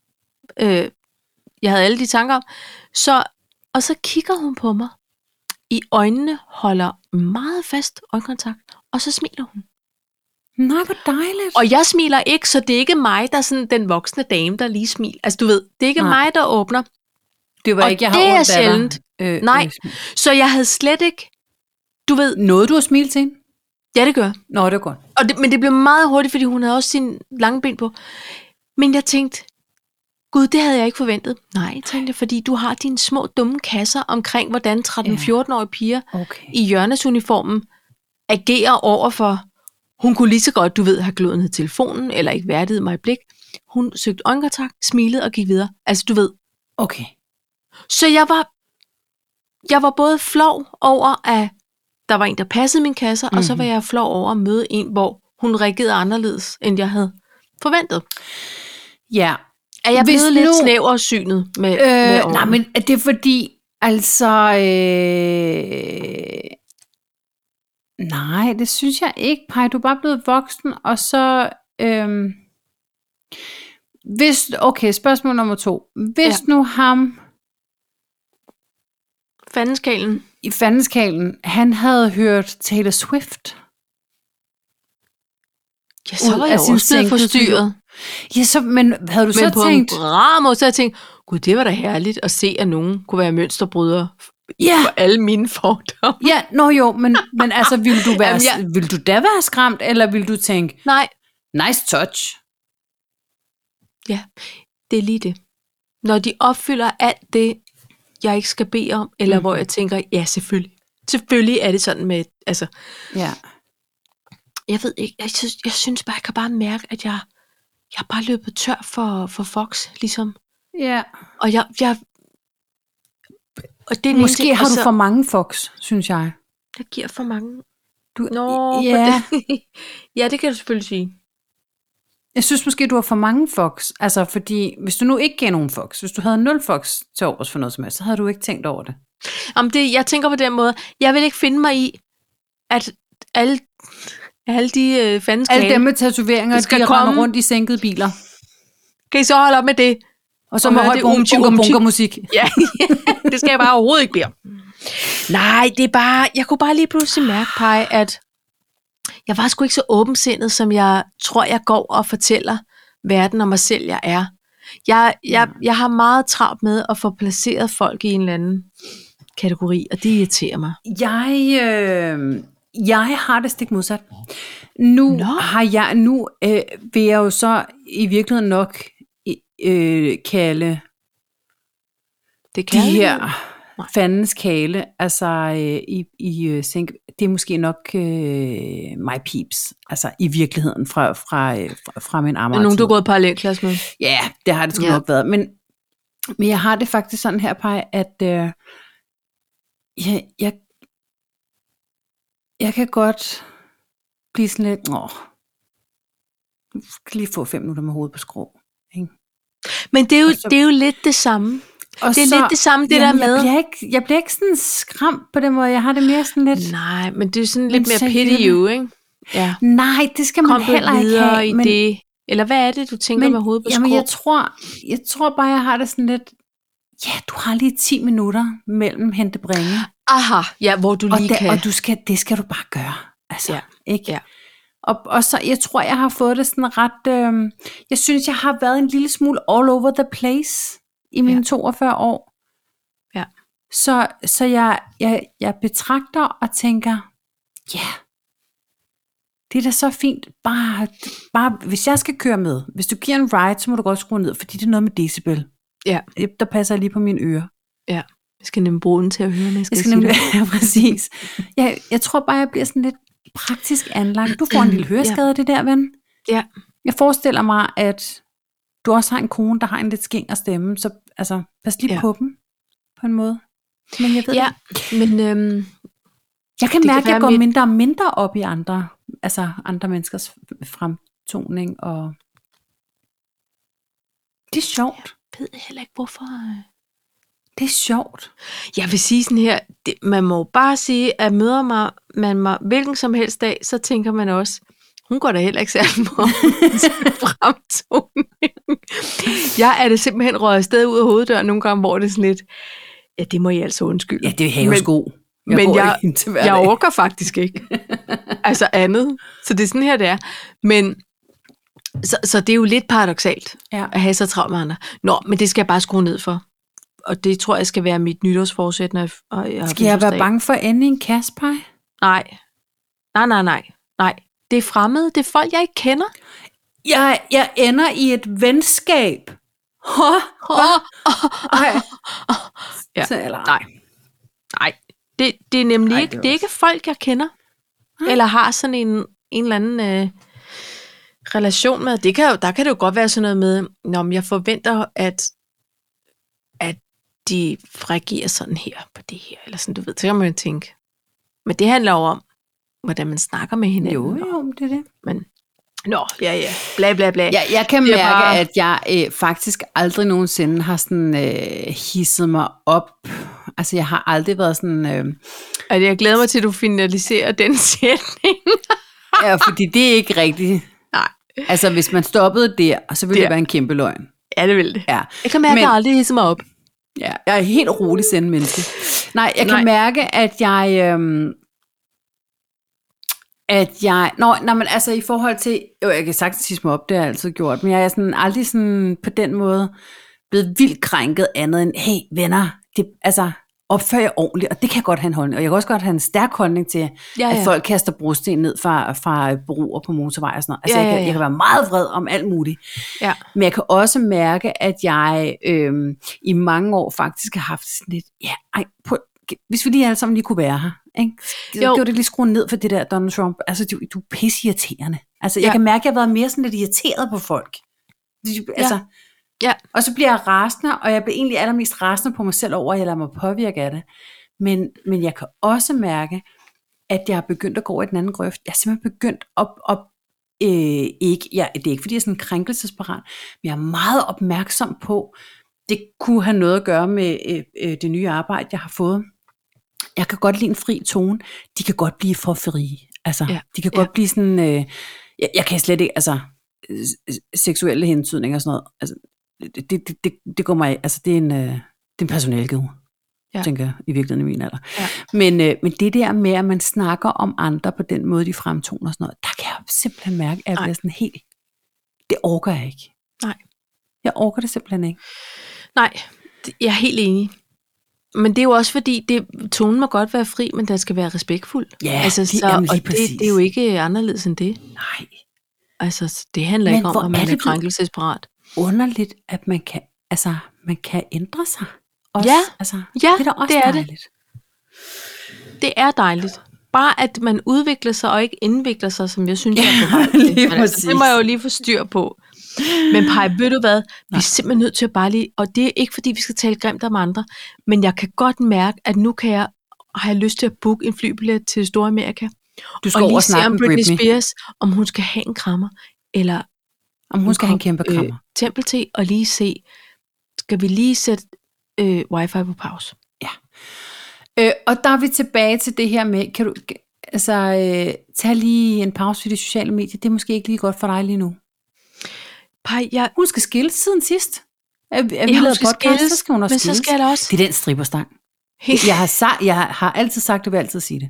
Øh, jeg havde alle de tanker om. Så, og så kigger hun på mig. I øjnene holder meget fast øjenkontakt, og så smiler hun. Nej, hvor dejligt. Og jeg smiler ikke, så det er ikke mig, der er sådan den voksne dame, der lige smiler. Altså du ved, det er ikke Nej. mig, der åbner. det var og ikke, jeg har det er ondt af dig. sjældent. Øh, Nej. øh, smil. Så jeg havde slet ikke, du ved, Nåede du at smile til hende? ja det gør jeg. Nå, det var godt. Og det, men det blev meget hurtigt, fordi hun havde også sine lange ben på. Men jeg tænkte, gud, det havde jeg ikke forventet. Nej, tænkte jeg, fordi du har dine små dumme kasser omkring, hvordan tretten-fjorten-årige piger Okay. i hjørnesuniformen agerer over for, hun kunne lige så godt, du ved, have glået ned i telefonen, eller ikke værdiget mig i blik. Hun søgte øjenkontakt, smilede og gik videre. Altså, du ved. Okay. Så jeg var, jeg var både flov over, at der var en, der passede mine kasser, mm-hmm. og så var jeg flov over at møde en, hvor hun reagerede anderledes, end jeg havde forventet. Ja. Er jeg Hvis blevet lidt nu- snæversynet med, øh, med Øh, årene? nej, men er det fordi, altså... Øh, nej, det synes jeg ikke, Paj. Du er bare blevet voksen, og så... Øh, hvis, okay, spørgsmål nummer to. Hvis Ja. ja. nu ham Fandenskalen. i fandenskalen, han havde hørt Taylor Swift... Ja, så ud var af jeg sin også blevet sænkede forstyrret. Ja, så, men havde du Men så på tænkt... en rar måde, så jeg tænkt, gud, det var da herligt at se, at nogen kunne være mønsterbrydere Ja, for alle mine fordomme. ja, nå jo, men, men altså, ville du, være, Jamen, jeg- ville du da være skræmt, eller ville du tænke, Nej, nice touch? det er lige det. Når de opfylder alt det, jeg ikke skal bede om, eller mm. hvor jeg tænker, ja, selvfølgelig. Selvfølgelig er det sådan med, altså, Ja. jeg ved ikke, jeg synes, jeg synes bare, jeg kan bare mærke, at jeg, jeg har bare løbet tør for, for Fox, ligesom. Ja. Og jeg, jeg og det er Måske ting, har så, du for mange Fox, synes jeg. Det giver for mange. Du, Nå, ja. det. Ja, det kan du selvfølgelig sige. Jeg synes måske, du har for mange Fox. Altså, fordi hvis du nu ikke gav nogen Fox, hvis du havde nul Fox til overs for noget som helst, så havde du ikke tænkt over det. Jamen det, jeg tænker på den måde, jeg vil ikke finde mig i, at alle, alle de øh, fandens Alle kage, dem med tatoveringer, skal de komme. render rundt i sænkede biler. Kan I så holde op med det? Og så Og med høre høj det bunker, umti, bunker, umti. bunker musik. Ja, det skal jeg bare overhovedet ikke bede om. Nej, det er bare, jeg kunne bare lige pludselig mærke, Paj, at jeg var sgu ikke så åbensindet, som jeg tror, jeg går og fortæller verden og mig selv, jeg er. Jeg, jeg, jeg har meget travlt med at få placeret folk i en eller anden kategori, og det irriterer mig. Jeg, øh, jeg har det stik modsat. Nu Nå. har jeg, nu øh, vil jeg jo så i virkeligheden nok øh, kalde Det de kan her Nej. fandens kale, altså øh, i, i øh, sænk, det er måske nok øh, my peeps, altså i virkeligheden fra, fra, øh, fra, fra min Er Amager. nogen, du har gået parallelklasse med? Ja, det har det sgu Ja. nok været. Men, men jeg har det faktisk sådan her, Paj, at øh, jeg, jeg, jeg kan godt blive sådan lidt, åh, du skal lige få fem minutter med hovedet på skrå. Ikke? Men det er, jo, Og så- det er jo lidt det samme. Og Det er lidt det samme, det jamen, der med. Jeg bliver, ikke, jeg bliver ikke sådan skræmt på den måde. Jeg har det mere sådan lidt, Nej, men det er sådan Men lidt mere pity seriøst. you, ikke? Ja. nej, det skal man Kom du heller ikke videre have. i Men, det? Eller hvad er det, du tænker men, med hovedet på jamen, skrå? jeg tror, jeg tror bare, jeg har det sådan lidt, ja, du har lige ti minutter mellem hente bringe. Aha, ja, hvor du Og, lige det, kan. og du skal, det skal du bare gøre. Altså, Ja, ikke? ja. Og, og så, jeg tror, jeg har fået det sådan ret, øh, jeg synes, jeg har været en lille smule all over the place i mine Ja. toogfyrre år. Ja. Så, så jeg, jeg, jeg betragter og tænker, ja, yeah, det er da så fint. Bare, bare, hvis jeg skal køre med, hvis du giver en ride, så må du godt skrue ned, fordi det er noget med decibel. Ja. Der passer jeg lige på mine ører. Ja, jeg skal nemlig bruge den til at høre, når jeg skal, Jeg skal sige nemlig, det. ja, præcis. Jeg, jeg tror bare, jeg bliver sådan lidt praktisk anlagt. Du får en lille høreskade af det der, ven. Ja. Jeg forestiller mig, at du også har en kone, der har en lidt skinger stemme, så altså, pas lige Ja. ja. på dem, på en måde. Men jeg ved Ja, det. men øhm, Jeg kan det mærke, kan at jeg være går mit- mindre og mindre op i andre, altså andre menneskers fremtoning, og det er sjovt. jeg ved heller ikke, hvorfor. øh. Det er sjovt. Jeg vil sige sådan her, det, man må bare sige, at møder mig, man mig hvilken som helst dag, så tænker man også, hun går da heller ikke særlig meget til fremtoning. Jeg er det simpelthen røget afsted ud af hoveddøren nogle gange, hvor det er sådan lidt, ja, det må I altså undskylde. Ja, det er havesko. Jeg men går jeg- ikke ind til hver Jeg dag. orker faktisk ikke. Altså andet. Så det er sådan her, det er. Men, så, så det er jo lidt paradoksalt, Ja. at have så travlt med andre. Nå, men det skal jeg bare skrue ned for. Og det tror jeg skal være mit nytårsforsæt, når jeg, og jeg har Skal jeg være fødselsdag. bange for at ende i en kaspej? Nej. Nej, nej, nej. Nej. Det er fremmede. Det er folk, jeg ikke kender. Jeg, jeg ender i et venskab. Hå? Åh, Ej. Ja. Så, eller, Nej. Nej. Det, det er nemlig Ej, ikke, det er det er ikke folk, jeg kender. Eller har sådan en, en eller anden øh, relation med. Det kan jo, der kan det jo godt være sådan noget med, når jeg forventer, at, at de reagerer sådan her på det her. Eller sådan, du ved, så kan man jo tænke. Men det handler jo om, hvordan man snakker med hinanden. Jo, jo, det er det. Men, nå, ja, ja. Bla, bla, bla. Ja, jeg kan Det er mærke, bare- at jeg øh, faktisk aldrig nogensinde har sådan øh, hisset mig op. Altså, jeg har aldrig været sådan... Øh, Og jeg glæder mig til, at du finaliserer den sætning. ja, fordi det er ikke rigtigt. Nej. Altså, hvis man stoppede der, så ville Der. det være en kæmpe løgn. Ja, det vil det. Ja. Jeg kan mærke, at Men- jeg aldrig hisser mig op. Ja, jeg er helt rolig sende menneske. Nej, jeg kan Nej. mærke, at jeg... Øhm, at jeg... Nå, nej, men altså i forhold til... Jo, jeg kan sagtens tisse mig op, det har jeg altid gjort, men jeg er sådan aldrig sådan på den måde blevet vildt krænket andet end, hey venner, det, altså opfør jer ordentligt, og det kan jeg godt have en holdning. Og jeg kan også godt have en stærk holdning til, Ja, ja, ja. ja. at folk kaster brosten ned fra, fra broer på motorvej og sådan noget. Altså Ja, jeg, ja, kan, ja. jeg kan være meget vred om alt muligt. Ja. Men jeg kan også mærke, at jeg øhm, i mange år faktisk har haft sådan lidt, ja, ej, prøv, hvis vi lige alle sammen lige kunne være her, ikke? Jo. Jo. Det var det lige skrue ned for det der Donald Trump. Altså, du, du er pisseirriterende. Altså, jeg Ja. kan mærke, at jeg har været mere sådan lidt irriteret på folk. Altså, Ja. Og så bliver jeg rasende, og jeg bliver egentlig allermest rasende på mig selv over, at jeg lader mig påvirke af det. Men, men jeg kan også mærke, at jeg er begyndt at gå over i den anden grøft. Jeg er simpelthen begyndt at, at øh, ikke, jeg, det er ikke fordi jeg er sådan krænkelsesparat, men jeg er meget opmærksom på, det kunne have noget at gøre med øh, øh, det nye arbejde, jeg har fået. Jeg kan godt lide en fri tone. De kan godt blive for frie. Altså, Ja. de kan Ja. godt blive sådan, øh, jeg, jeg kan slet ikke, altså, øh, seksuelle hentydninger og sådan noget, altså, det, det, det, det går mig, altså, det er en, øh, det er en personalgave. Ja. Tænker jeg, i virkeligheden i min alder. Ja. Men, øh, men det der med, at man snakker om andre på den måde, de fremtoner og sådan noget, der kan jeg simpelthen mærke, at jeg bliver sådan helt, det orker jeg ikke. Nej. Jeg orker det simpelthen ikke. Nej, jeg er helt enig. Men det er jo også fordi, det, tonen må godt være fri, men den skal være respektfuld. Ja, altså, lige, så, jamen, lige og præcis. det, det er jo ikke anderledes end det. Nej. Altså, det handler Men ikke om, hvor at er man er, det er blevet krænkelsesparat. Underligt, at man kan, altså, man kan ændre sig. Også, Ja, altså, ja, det er da også det er det. dejligt. Det er dejligt. Bare at man udvikler sig og ikke indvikler sig, som jeg synes, jeg er på vej til. Lige Men altså, præcis. det må jeg jo lige få styr på. Men Paj, ved du hvad? Vi er simpelthen nødt til at bare lige, og det er ikke fordi, vi skal tale grimt om andre, men jeg kan godt mærke, at nu kan jeg, har jeg lyst til at booke en flybillet til Stordamerika. Du skal Og over lige og se snakke om med Britney Britney. Spears, om hun skal have en krammer, eller Om hun skal have en kæmpe øh, krammer. tempeltag, og lige se, skal vi lige sætte øh, wifi på pause? Ja. Øh, og der er vi tilbage til det her med, kan du, altså, øh, tage lige en pause i de sociale medier, det er måske ikke lige godt for dig lige nu. Paj, jeg, Hun skal skilles siden sidst. Er, er vi Ja, ja, hun lavet skal podcast, skilles, så skal hun også men så skilles. skal der også- Det er den stripperstang. Jeg har, sagt, jeg har altid sagt det, vil altid sige det.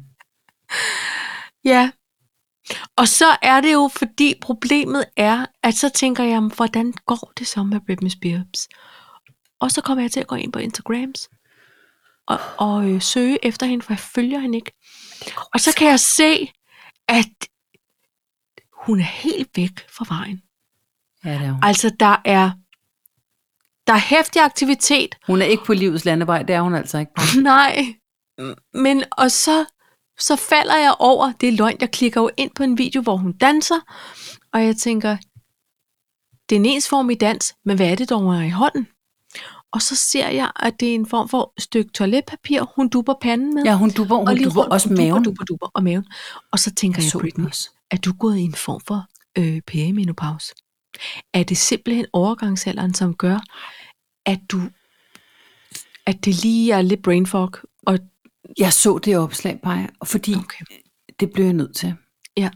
Ja. Og så er det jo, fordi problemet er, at så tænker jeg, hvordan går det så med Britney Spears? Og så kommer jeg til at gå ind på Instagrams og, og øh, søge efter hende, for jeg følger hende ikke. Og så kan jeg se, at hun er helt væk fra vejen. Ja, det er hun. Altså, der er, der er heftig aktivitet. Hun er ikke på livets landevej, det er hun altså ikke. Nej, men og så, så falder jeg over, det er løgn, jeg klikker jo ind på en video, hvor hun danser, og jeg tænker, det er en ensformig dans, men hvad er det dog, hun har i hånden? Og så ser jeg, at det er en form for stykke toiletpapir, hun dupper panden med. Ja, hun dupper, hun og lige dupper rundt, også hun maven. Dupper, dupper, dupper, og maven. Og så tænker jeg, Så Britney, også. er du gået i en form for øh, perimenopause? Er det simpelthen overgangsalderen, som gør, at du, at det lige er lidt brain fog? Og Jeg så det opslag, Paj, fordi Okay. det blev jeg nødt til. ja,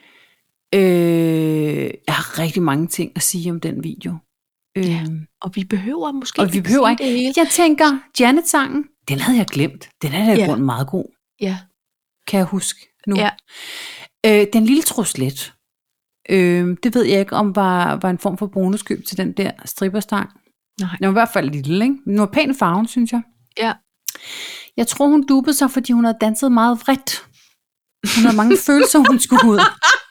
Øh, jeg har rigtig mange ting at sige om den video. Ja. Øh, og vi behøver måske og vi behøver sige ikke. det hele. Jeg tænker, Janet-sangen, den havde jeg glemt. Den er da i Ja. grunden meget god, Ja, kan jeg huske nu. ja. Øh, den lille truslet, øh, det ved jeg ikke, om var, var en form for bonuskøb til den der stripperstang. Nej. Den var i hvert fald lille, ikke? Den var pæn i farven, synes jeg. Ja. Jeg tror, hun dubbede sig, fordi hun havde danset meget vredt. Hun havde mange følelser, hun skulle ud.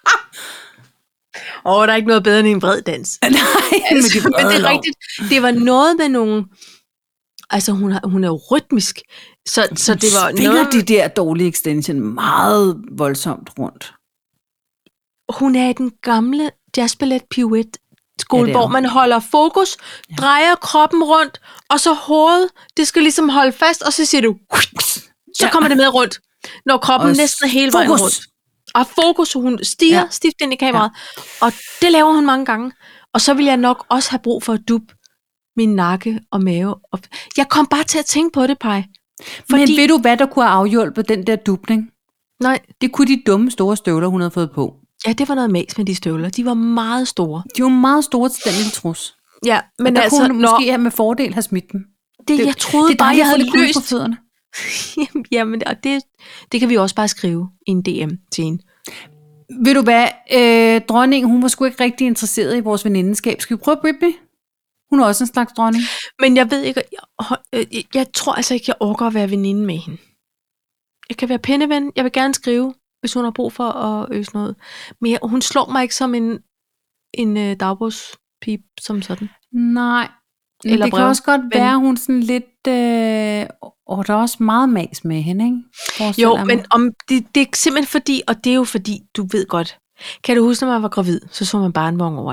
Åh, oh, der er ikke noget bedre end en bred dans. Nej, Altså, de men det brede er lår. rigtigt. Det var noget med nogle... Altså, hun, har, hun er jo rytmisk. Så, så det var Svinger noget... de der dårlige extension meget voldsomt rundt. Hun er i den gamle jazzballet pirouette skole, Ja, det er hvor hun. man holder fokus, ja. drejer kroppen rundt, og så hovedet, det skal ligesom holde fast, og så siger du... Så Ja. kommer det med rundt, når kroppen Og næsten er hele vejen fokus. rundt. Og fokus, hun stiger Ja. ja. stift ind i kameraet. Ja. Og det laver hun mange gange. Og så vil jeg nok også have brug for at dubbe min nakke og mave. op. Jeg kom bare til at tænke på det, Paj. Fordi... Men ved du, hvad der kunne have afhjulpet den der dubning? Nej, Det kunne de dumme store støvler, hun havde fået på. ja, det var noget mas med de støvler. De var meget store. De var meget store til den lille trus. Ja, men Men der altså, kunne hun når, måske have med fordel have smidt dem. det, jeg troede det er bare, dejligt jeg at få havde lidt guld på løst. fødderne. Jamen, og det, det kan vi også bare skrive i en D M til en. Ved du hvad, øh, dronningen, hun var sgu ikke rigtig interesseret i vores venindeskab. Skal vi prøve Britney? Hun er også en slags dronning. Men jeg ved ikke, jeg, jeg, jeg tror altså ikke, jeg orker at være veninde med hende. Jeg kan være pindeven, jeg vil gerne skrive, hvis hun har brug for at øse noget. Men jeg, hun slår mig ikke som en, en uh, dagbogspip som sådan. Nej, men Eller det kan brev. også godt Men- være, hun sådan lidt... Øh, og der er også meget mas med hende, ikke? Forestiller Jo, jeg men mig. om det, det er simpelthen fordi, og det er jo fordi, du ved godt, kan du huske, når man var gravid, så så man barnevogn overalt.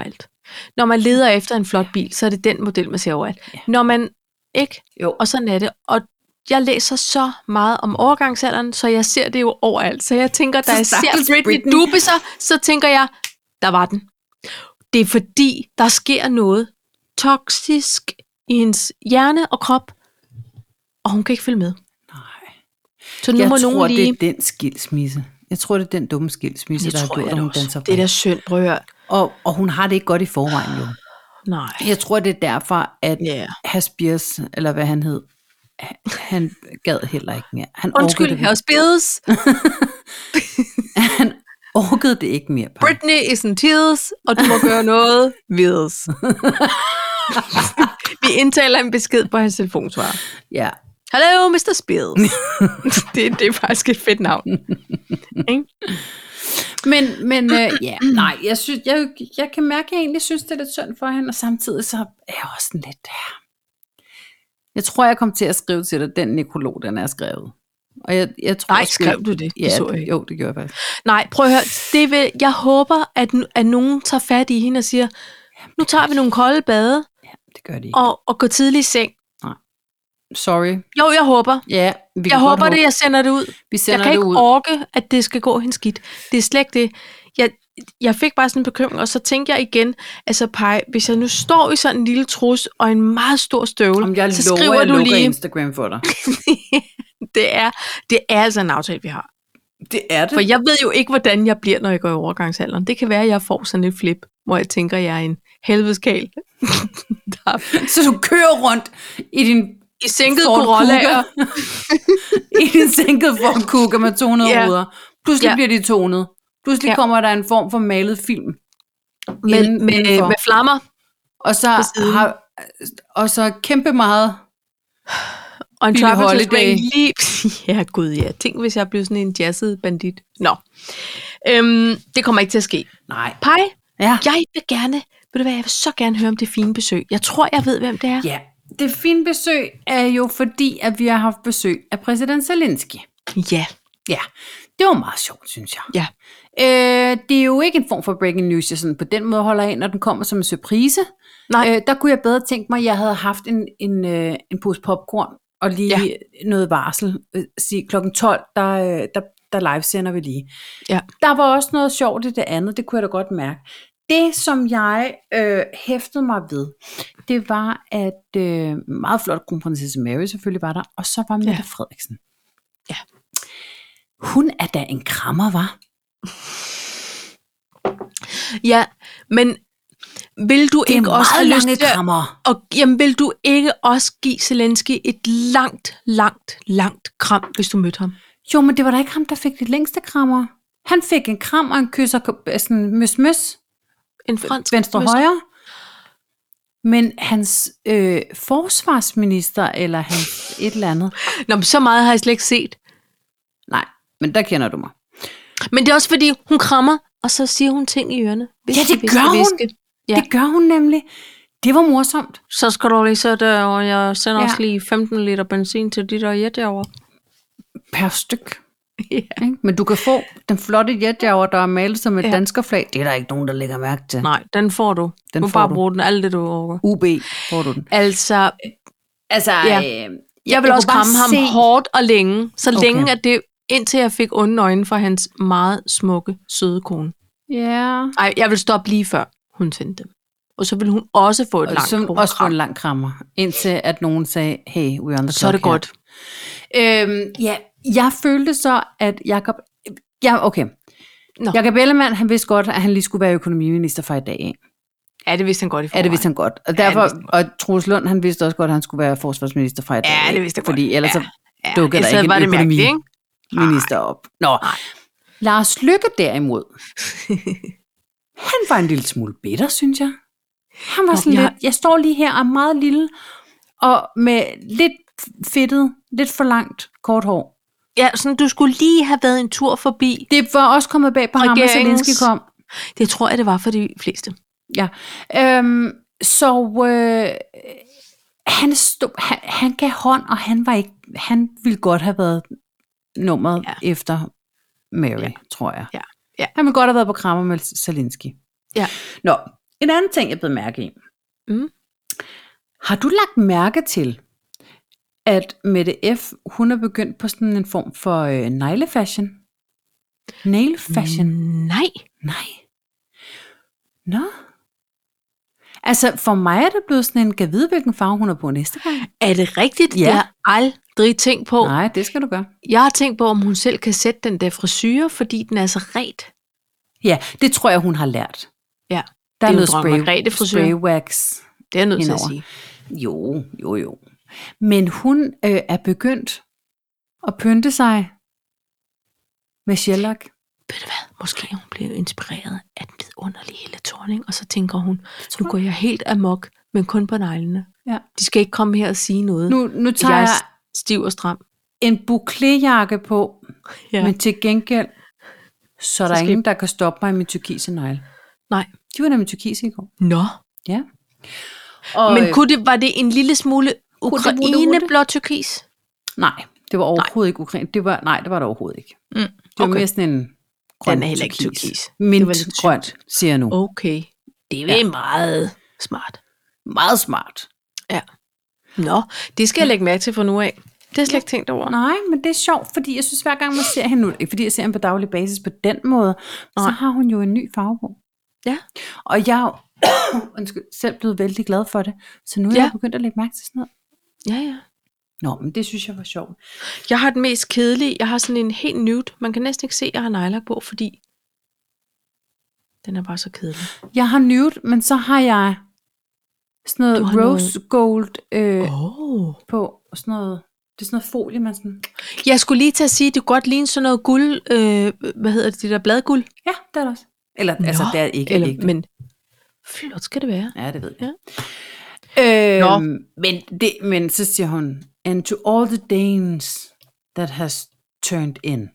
Når man leder efter en flot bil, så er det den model, man ser overalt. Ja. Når man ikke, Jo. og sådan er det. Og jeg læser så meget om overgangsalderen, så jeg ser det jo overalt. Så jeg tænker, da Så jeg ser stakkels Britney Britney. Dubiser, så tænker jeg, der var den. Det er fordi, der sker noget toksisk i hendes hjerne og krop, og hun kan ikke følge med. Nej. Så nu Jeg må tror, nogen lige... det er den skilsmisse. Jeg tror, det er den dumme skilsmisse, Det der har tror gjort, jeg at da hun også. danser Det er på. da synd, prøv at høre. Og, og hun har det ikke godt i forvejen, jo. Nej. Jeg tror, det er derfor, at Ja. Herr Spears, eller hvad han hed, han gad heller ikke mere. Han Undskyld, orkede herr Spears. det, han orkede det ikke mere. Paj. Britney is in tears, og du må gøre noget vides. Vi indtaler en besked på hans telefonsvarer. Ja. Hello, mister Spears. det, det er faktisk et fedt navn. Ikke? Men, men øh, ja, nej, jeg, synes, jeg, jeg kan mærke, at jeg egentlig synes, det er lidt synd for hende, og samtidig så er jeg også sådan lidt der. Jeg tror, jeg kom til at skrive til dig, den nekrolog, den er skrevet. Og jeg, jeg tror, Nej, også, skrev du det? Det Ja, så jeg ikke. jo, det gjorde jeg faktisk. Nej, prøv at høre. Det vil, jeg håber, at, at nogen tager fat i hende og siger, nu tager vi nogle kolde bade Ja, det gør de ikke. og, og går tidligt i seng. Sorry. Jo, jeg håber. Ja, vi Jeg kan håber godt håbe. det, jeg sender det ud. Vi sender Jeg kan det ikke ud. orke, at det skal gå hende skidt. Det er slet ikke det. Jeg, jeg fik bare sådan en bekymring, og så tænkte jeg igen, altså Paj, hvis jeg nu står i sådan en lille trus og en meget stor støvle, Om jeg så lover, skriver jeg du lukker lige, Instagram for dig. det, er, det er altså en aftale, vi har. Det er det. For jeg ved jo ikke, hvordan jeg bliver, når jeg går i overgangsalderen. Det kan være, at jeg får sådan et flip, hvor jeg tænker, at jeg er en helvedeskal. Der Så du kører rundt i din i sænket Ford Corollaer. Kuga. I din sænket Ford Kuga med to hundrede Ja. ruder. Pludselig Ja. bliver de tonet. Pludselig Ja. kommer der en form for malet film. Med, inden- med, indenfor. med flammer. Og så siden. har og så kæmpe meget. Og en Billie travel Holiday. lige... Ja, gud ja. Tænk, hvis jeg blev sådan en jazzet bandit. Nå. Øhm, det kommer ikke til at ske. Nej. Pej, Ja. jeg vil gerne... Ved du hvad, jeg vil så gerne høre om det fine besøg. Jeg tror, jeg ved, hvem det er. Ja. Det fine besøg er jo fordi, at vi har haft besøg af præsident Zelensky. Ja. Ja, det var meget sjovt, synes jeg. Ja. Øh, det er jo ikke en form for breaking news, jeg sådan på den måde holder ind, når den kommer som en surprise. Nej. Øh, der kunne jeg bedre tænke mig, at jeg havde haft en, en, øh, en pose popcorn og lige ja. noget varsel. Øh, sige, klokken tolv, der, øh, der, der livesender vi lige. Ja. Der var også noget sjovt i det andet, det kunne jeg da godt mærke. Det, som jeg øh, hæftede mig ved, det var, at øh, meget flot kronprinsesse Mary selvfølgelig var der, og så var Mette Ja. Frederiksen. Ja. Hun er da en krammer, var? Ja, men vil du Det er ikke også have meget lyst lange til at, krammer. og, jamen, vil du ikke også give Zelensky et langt, langt, langt kram, hvis du mødte ham? Jo, men det var da ikke ham, der fik det længste krammer. Han fik en kram og en kys og sådan møs-møs, En fransk venstre-højre. Men hans øh, forsvarsminister, eller hans et eller andet. Nå, men så meget har jeg slet ikke set. Nej, men der kender du mig. Men det er også fordi, hun krammer, og så siger hun ting i ørerne. Viske, Ja, det viske, gør hun. viske. Ja. Det gør hun nemlig. Det var morsomt. Så skal du lige sætte, og jeg sender Ja. også lige femten liter benzin til de der jet derovre. Per styk. Ja. Ikke? Men du kan få den flotte jetjager, der er malet som et Ja. ja. danskerflag. Det er der ikke nogen, der lægger mærke til. Nej, den får du. Den du får bare du. bruge den, alt det du overgår. U B får du den. Altså, Altså, Ja. øh, jeg vil kunne også bare kramme ham se- hårdt og længe. Så Okay. længe, at det, indtil jeg fik onde øjne for hans meget smukke, søde kone. Ja. Ej, jeg vil stoppe lige før hun sendte dem. Og så vil hun også få et Og langt så kram. også få en lang krammer, indtil at nogen sagde, hey, we're on the Så er det clock godt. her. Øhm, ja, jeg følte så, at Jacob... Ja, okay. Nå. Jacob Ellemann, han vidste godt, at han lige skulle være økonomiminister fra i dag. Ikke? Ja, det vidste han godt i Ja, forvejen. det vidste han godt. Og, Ja, det derfor, vidste han og Troels Lund, han vidste også godt, at han skulle være forsvarsminister fra i dag. Ja, det ikke? vidste han Fordi godt. ellers Ja. så Ja, dukker der ellers ikke var en det mærkeligt, ikke? økonomiminister op. Nå, Nej. Lars Løkke derimod, han var en lille smule bitter, synes jeg. Han var Nå, sådan jeg- lidt, jeg står lige her og er meget lille, og med lidt fedtet, lidt for langt kort hår. Ja, sådan, du skulle lige have været en tur forbi. Det var også kommet bag på ham, at Regeringens- Zelensky kom. Det tror jeg, det var for de fleste. Ja. Øhm, så øh, han, stod, han, han gav hånd, og han var ikke, han ville godt have været nummeret Ja. ja. efter Mary, Ja. tror jeg. Ja. Ja. Han ville godt have været på krammer med Zelensky. Ja. Nå, En anden ting, jeg blev mærke i. Mm. Har du lagt mærke til, at Mette F., hun er begyndt på sådan en form for øh, neglefashion? Nail fashion? Mm, nej. Nej. Nå. Altså, for mig er det blevet sådan en, kan vide, hvilken farve hun er på næste gang? Er det rigtigt? Ja. Det har jeg aldrig tænkt på. Nej, det skal du gøre. Jeg har tænkt på, om hun selv kan sætte den der frisyre, fordi den er så ret. Ja, det tror jeg, hun har lært. Ja, Der det er er jo noget en spray, Margrethe-frisure. spray wax. Det er jeg nødt til at Indover. sige. Jo, jo, jo. Men hun øh, er begyndt at pynte sig med shellac. Ved du hvad? Måske hun bliver inspireret af den vidunderlige Helle Thorning, og så tænker hun, tror nu går jeg helt amok, men kun på neglene. Ja. De skal ikke komme her og sige noget. Nu, nu tager jeg jeg er stiv og stram. en boucléjakke på, Ja. men til gengæld, så er der skal ingen, der kan stoppe mig i min tyrkise negle. Nej. De var nemlig tyrkise i går. Nå. Ja. Og, Men kunne det, var det en lille smule Kunne det- kunne det- Ukraine-blå turkis? Nej, det var overhovedet ikke Ukraine. Det var, nej, det var det overhovedet ikke. Mm. Det var Okay. mere sådan en grøn Den er heller ikke turkis. Det var Mint lidt grønt, siger jeg nu. Okay. Det er Ja. ja. meget smart. Meget smart. Ja. Nå, det skal jeg lægge mærke til fra nu af. Det har jeg slet ikke tænkt over. Nej, men det er sjovt, fordi jeg synes, hver gang man ser hende nu, ikke fordi jeg ser hende på daglig basis på den måde, så Nej. har hun jo en ny farve på. Ja. Og jeg er jo undskyld, selv blevet vældig glad for det, så nu er Ja. jeg begyndt at lægge mærke til sådan noget. Ja, ja. Nå, men det synes jeg var sjovt. Jeg har den mest kedelige. Jeg har sådan en helt nude. Man kan næsten ikke se, at jeg har nejlak på, fordi den er bare så kedelig. Jeg har nude, men så har jeg sådan noget Du har rose gold øh, Oh. på, og sådan noget, det er sådan noget folie, man sådan, Jeg skulle lige til at sige, at det kunne godt ligne sådan noget guld. Øh, hvad hedder det? Det der bladguld? ja, det er det også. Eller, altså, det er ikke Eller, ægte. men flot skal det være. Ja, det ved jeg. Ja. Nå. Øhm, men, det, men så siger hun, and to all the Danes that has turned in.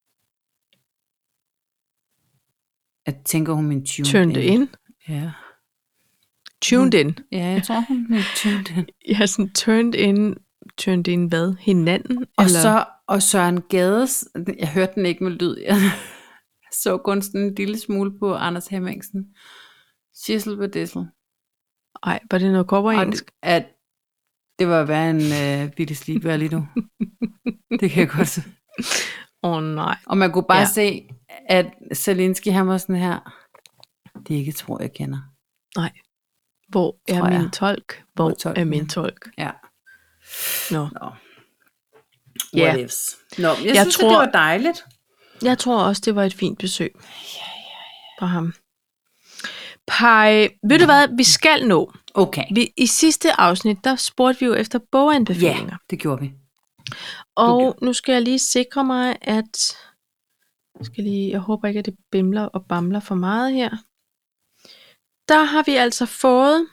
Jeg tænker, hun min tuned, Turned in. Ja. Tuned in. Ja, jeg tror, hun min tuned in. Ja, sådan turned in. Turned in hvad? Hinanden? Og eller? så og Søren Gades, jeg hørte den ikke med lyd, jeg så kun sådan en lille smule på Anders Hemmingsen. Schissel på Dissel. Ej, var det noget korporengelsk? At det var at være en uh, Billy Sleep lige nu. Det kan jeg godt se. Åh oh, nej. Og man kunne bare Ja. ja. se, at Zelensky, han var sådan her, det er ikke et tror, jeg kender. Nej. Hvor er Tror jeg. min tolk? Hvor, Hvor er tolken er min henne? tolk? Ja. Nå. Nå. Ja. What ifs. Nå, jeg, jeg Jeg synes, tror- tror... det var dejligt. Jeg tror også, det var et fint besøg. Ja, ja, ja. For ham. Pej, ved du hvad, vi skal nå. Okay. Vi, I sidste afsnit, der spurgte vi jo efter boganbefalinger. Ja, det gjorde vi. Og nu skal jeg lige sikre mig, at... Jeg, skal lige, jeg håber ikke, at det bimler og bamler for meget her. Der har vi altså fået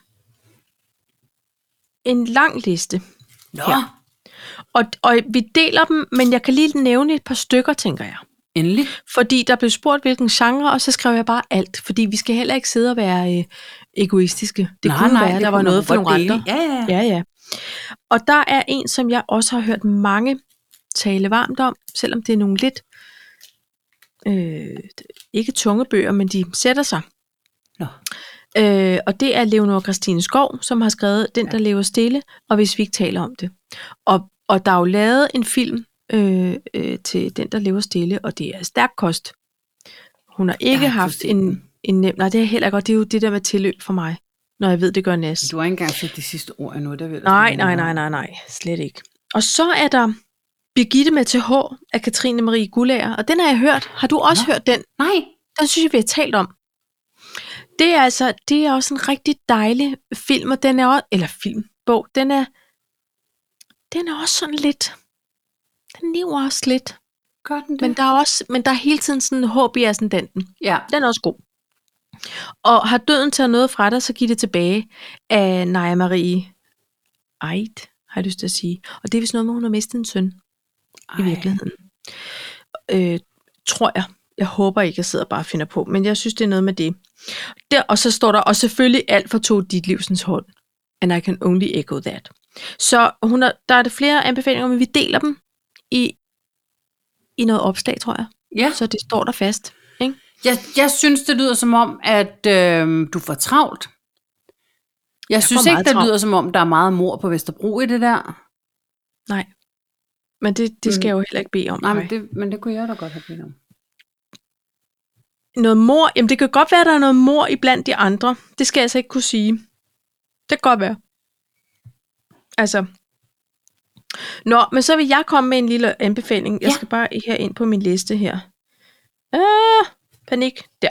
en lang liste. Nå, Ja. Og, og vi deler dem, men jeg kan lige nævne et par stykker, tænker jeg. endelig. Fordi der blev spurgt, hvilken genre, og så skrev jeg bare alt. Fordi vi skal heller ikke sidde og være øh, egoistiske. Det nej, kunne nej, være, at det der var kunne noget man for godt nogle dele. andre. Ja, ja, ja. Ja, ja. Og der er en, som jeg også har hørt mange tale varmt om, selvom det er nogle lidt, øh, ikke tunge bøger, men de sætter sig. Nå. Øh, og det er Leonora Christine Skov, som har skrevet Den, der lever stille, og hvis vi ikke taler om det. Og, og der er jo lavet en film øh, øh, til Den, der lever stille, og det er stærk kost. Hun har ikke Jeg har haft forstået en, den. en nem... Nej, det er heller godt. Det er jo det der med tilløb for mig, når jeg ved, det gør næst. Du har ikke engang set de sidste ord endnu, der vil Nej, nej, nej, nej, nej. Slet ikke. Og så er der Birgitte med T H af Katrine Marie Guldager, og den har jeg hørt. Har du også Nå. hørt den? Nej. Den synes jeg, vi har talt om. Det er altså, det er også en rigtig dejlig film, og den er også, eller filmbog, den er, den er også sådan lidt, den lever også lidt, Gør den det? men der er også, men der er hele tiden sådan håb i ascendenten. ja. Den er også god. Og har døden taget noget fra dig, så giv det tilbage af Naja Marie Eid, har jeg lyst til at sige. Og det er vist noget med, hun har mistet en søn i virkeligheden. Øh, tror jeg. Jeg håber ikke, jeg sidder bare og finder på, men jeg synes, det er noget med det. Der, og så står der, og selvfølgelig alt for tog dit livsens hånd. And I can only echo that. Så hun er, der er det flere anbefalinger, men vi deler dem i, i noget opslag, tror jeg. Ja. Så det står der fast. Ikke? Jeg, jeg synes, det lyder som om, at øh, du får travlt. Jeg, jeg synes ikke, det travlt. lyder som om, der er meget mor på Vesterbro i det der. Nej, men det, det skal mm. jeg jo heller ikke bede om. Nej, men det, men det kunne jeg da godt have bedt om. Noget mor? Jamen, det kan godt være, at der er noget mor iblandt de andre. Det skal jeg altså ikke kunne sige. Det kan godt være. Altså. Nå, men så vil jeg komme med en lille anbefaling. Jeg ja. skal bare her ind på min liste her. Ah, panik. Der.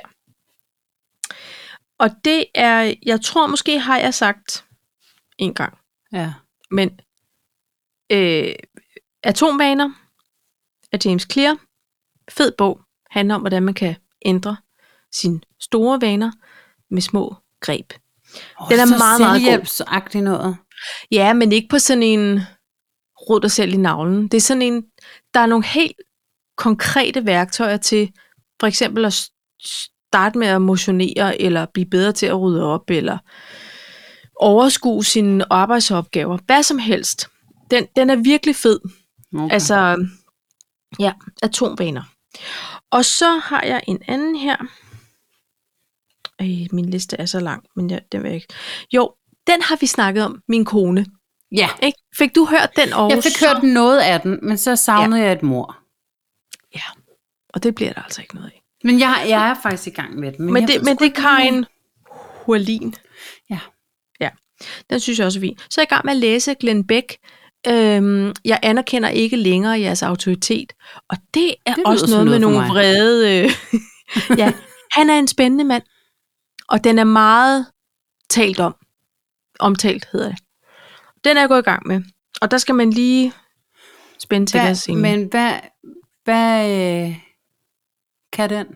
Og det er, jeg tror måske har jeg sagt en gang. Ja. Men øh, Atomvaner af James Clear. Fed bog. Handler om, hvordan man kan ændre sine store vaner med små greb. Oh, den er så meget, meget god. Noget. Ja, men ikke på sådan en rod dig selv i navlen. Det er sådan en, der er nogle helt konkrete værktøjer til, for eksempel at starte med at motionere, eller blive bedre til at rydde op, eller overskue sine arbejdsopgaver. Hvad som helst. Den, den er virkelig fed. Okay. Altså, ja, atomvaner. Og så har jeg en anden her. Ej, min liste er så lang, men jeg, den vil jeg ikke. Jo, den har vi snakket om, min kone. Ja. Ikke? Fik du hørt den også? Jeg fik hørt noget af den, men så savnede ja. jeg et mor. Ja, og det bliver der altså ikke noget af. Men jeg, jeg er faktisk i gang med den. Men, men, det, men det er Karin Hurlin. Ja. Ja, den synes jeg også er fin. Så er jeg i gang med at læse Glenn Beck. Øhm, jeg anerkender ikke længere jeres autoritet. Og det er det også noget, noget med nogle vrede... Øh, ja, han er en spændende mand. Og den er meget talt om. Omtalt hedder det. Den er jeg gået i gang med. Og der skal man lige spænde til at se. Men hvad, hvad øh, kan den?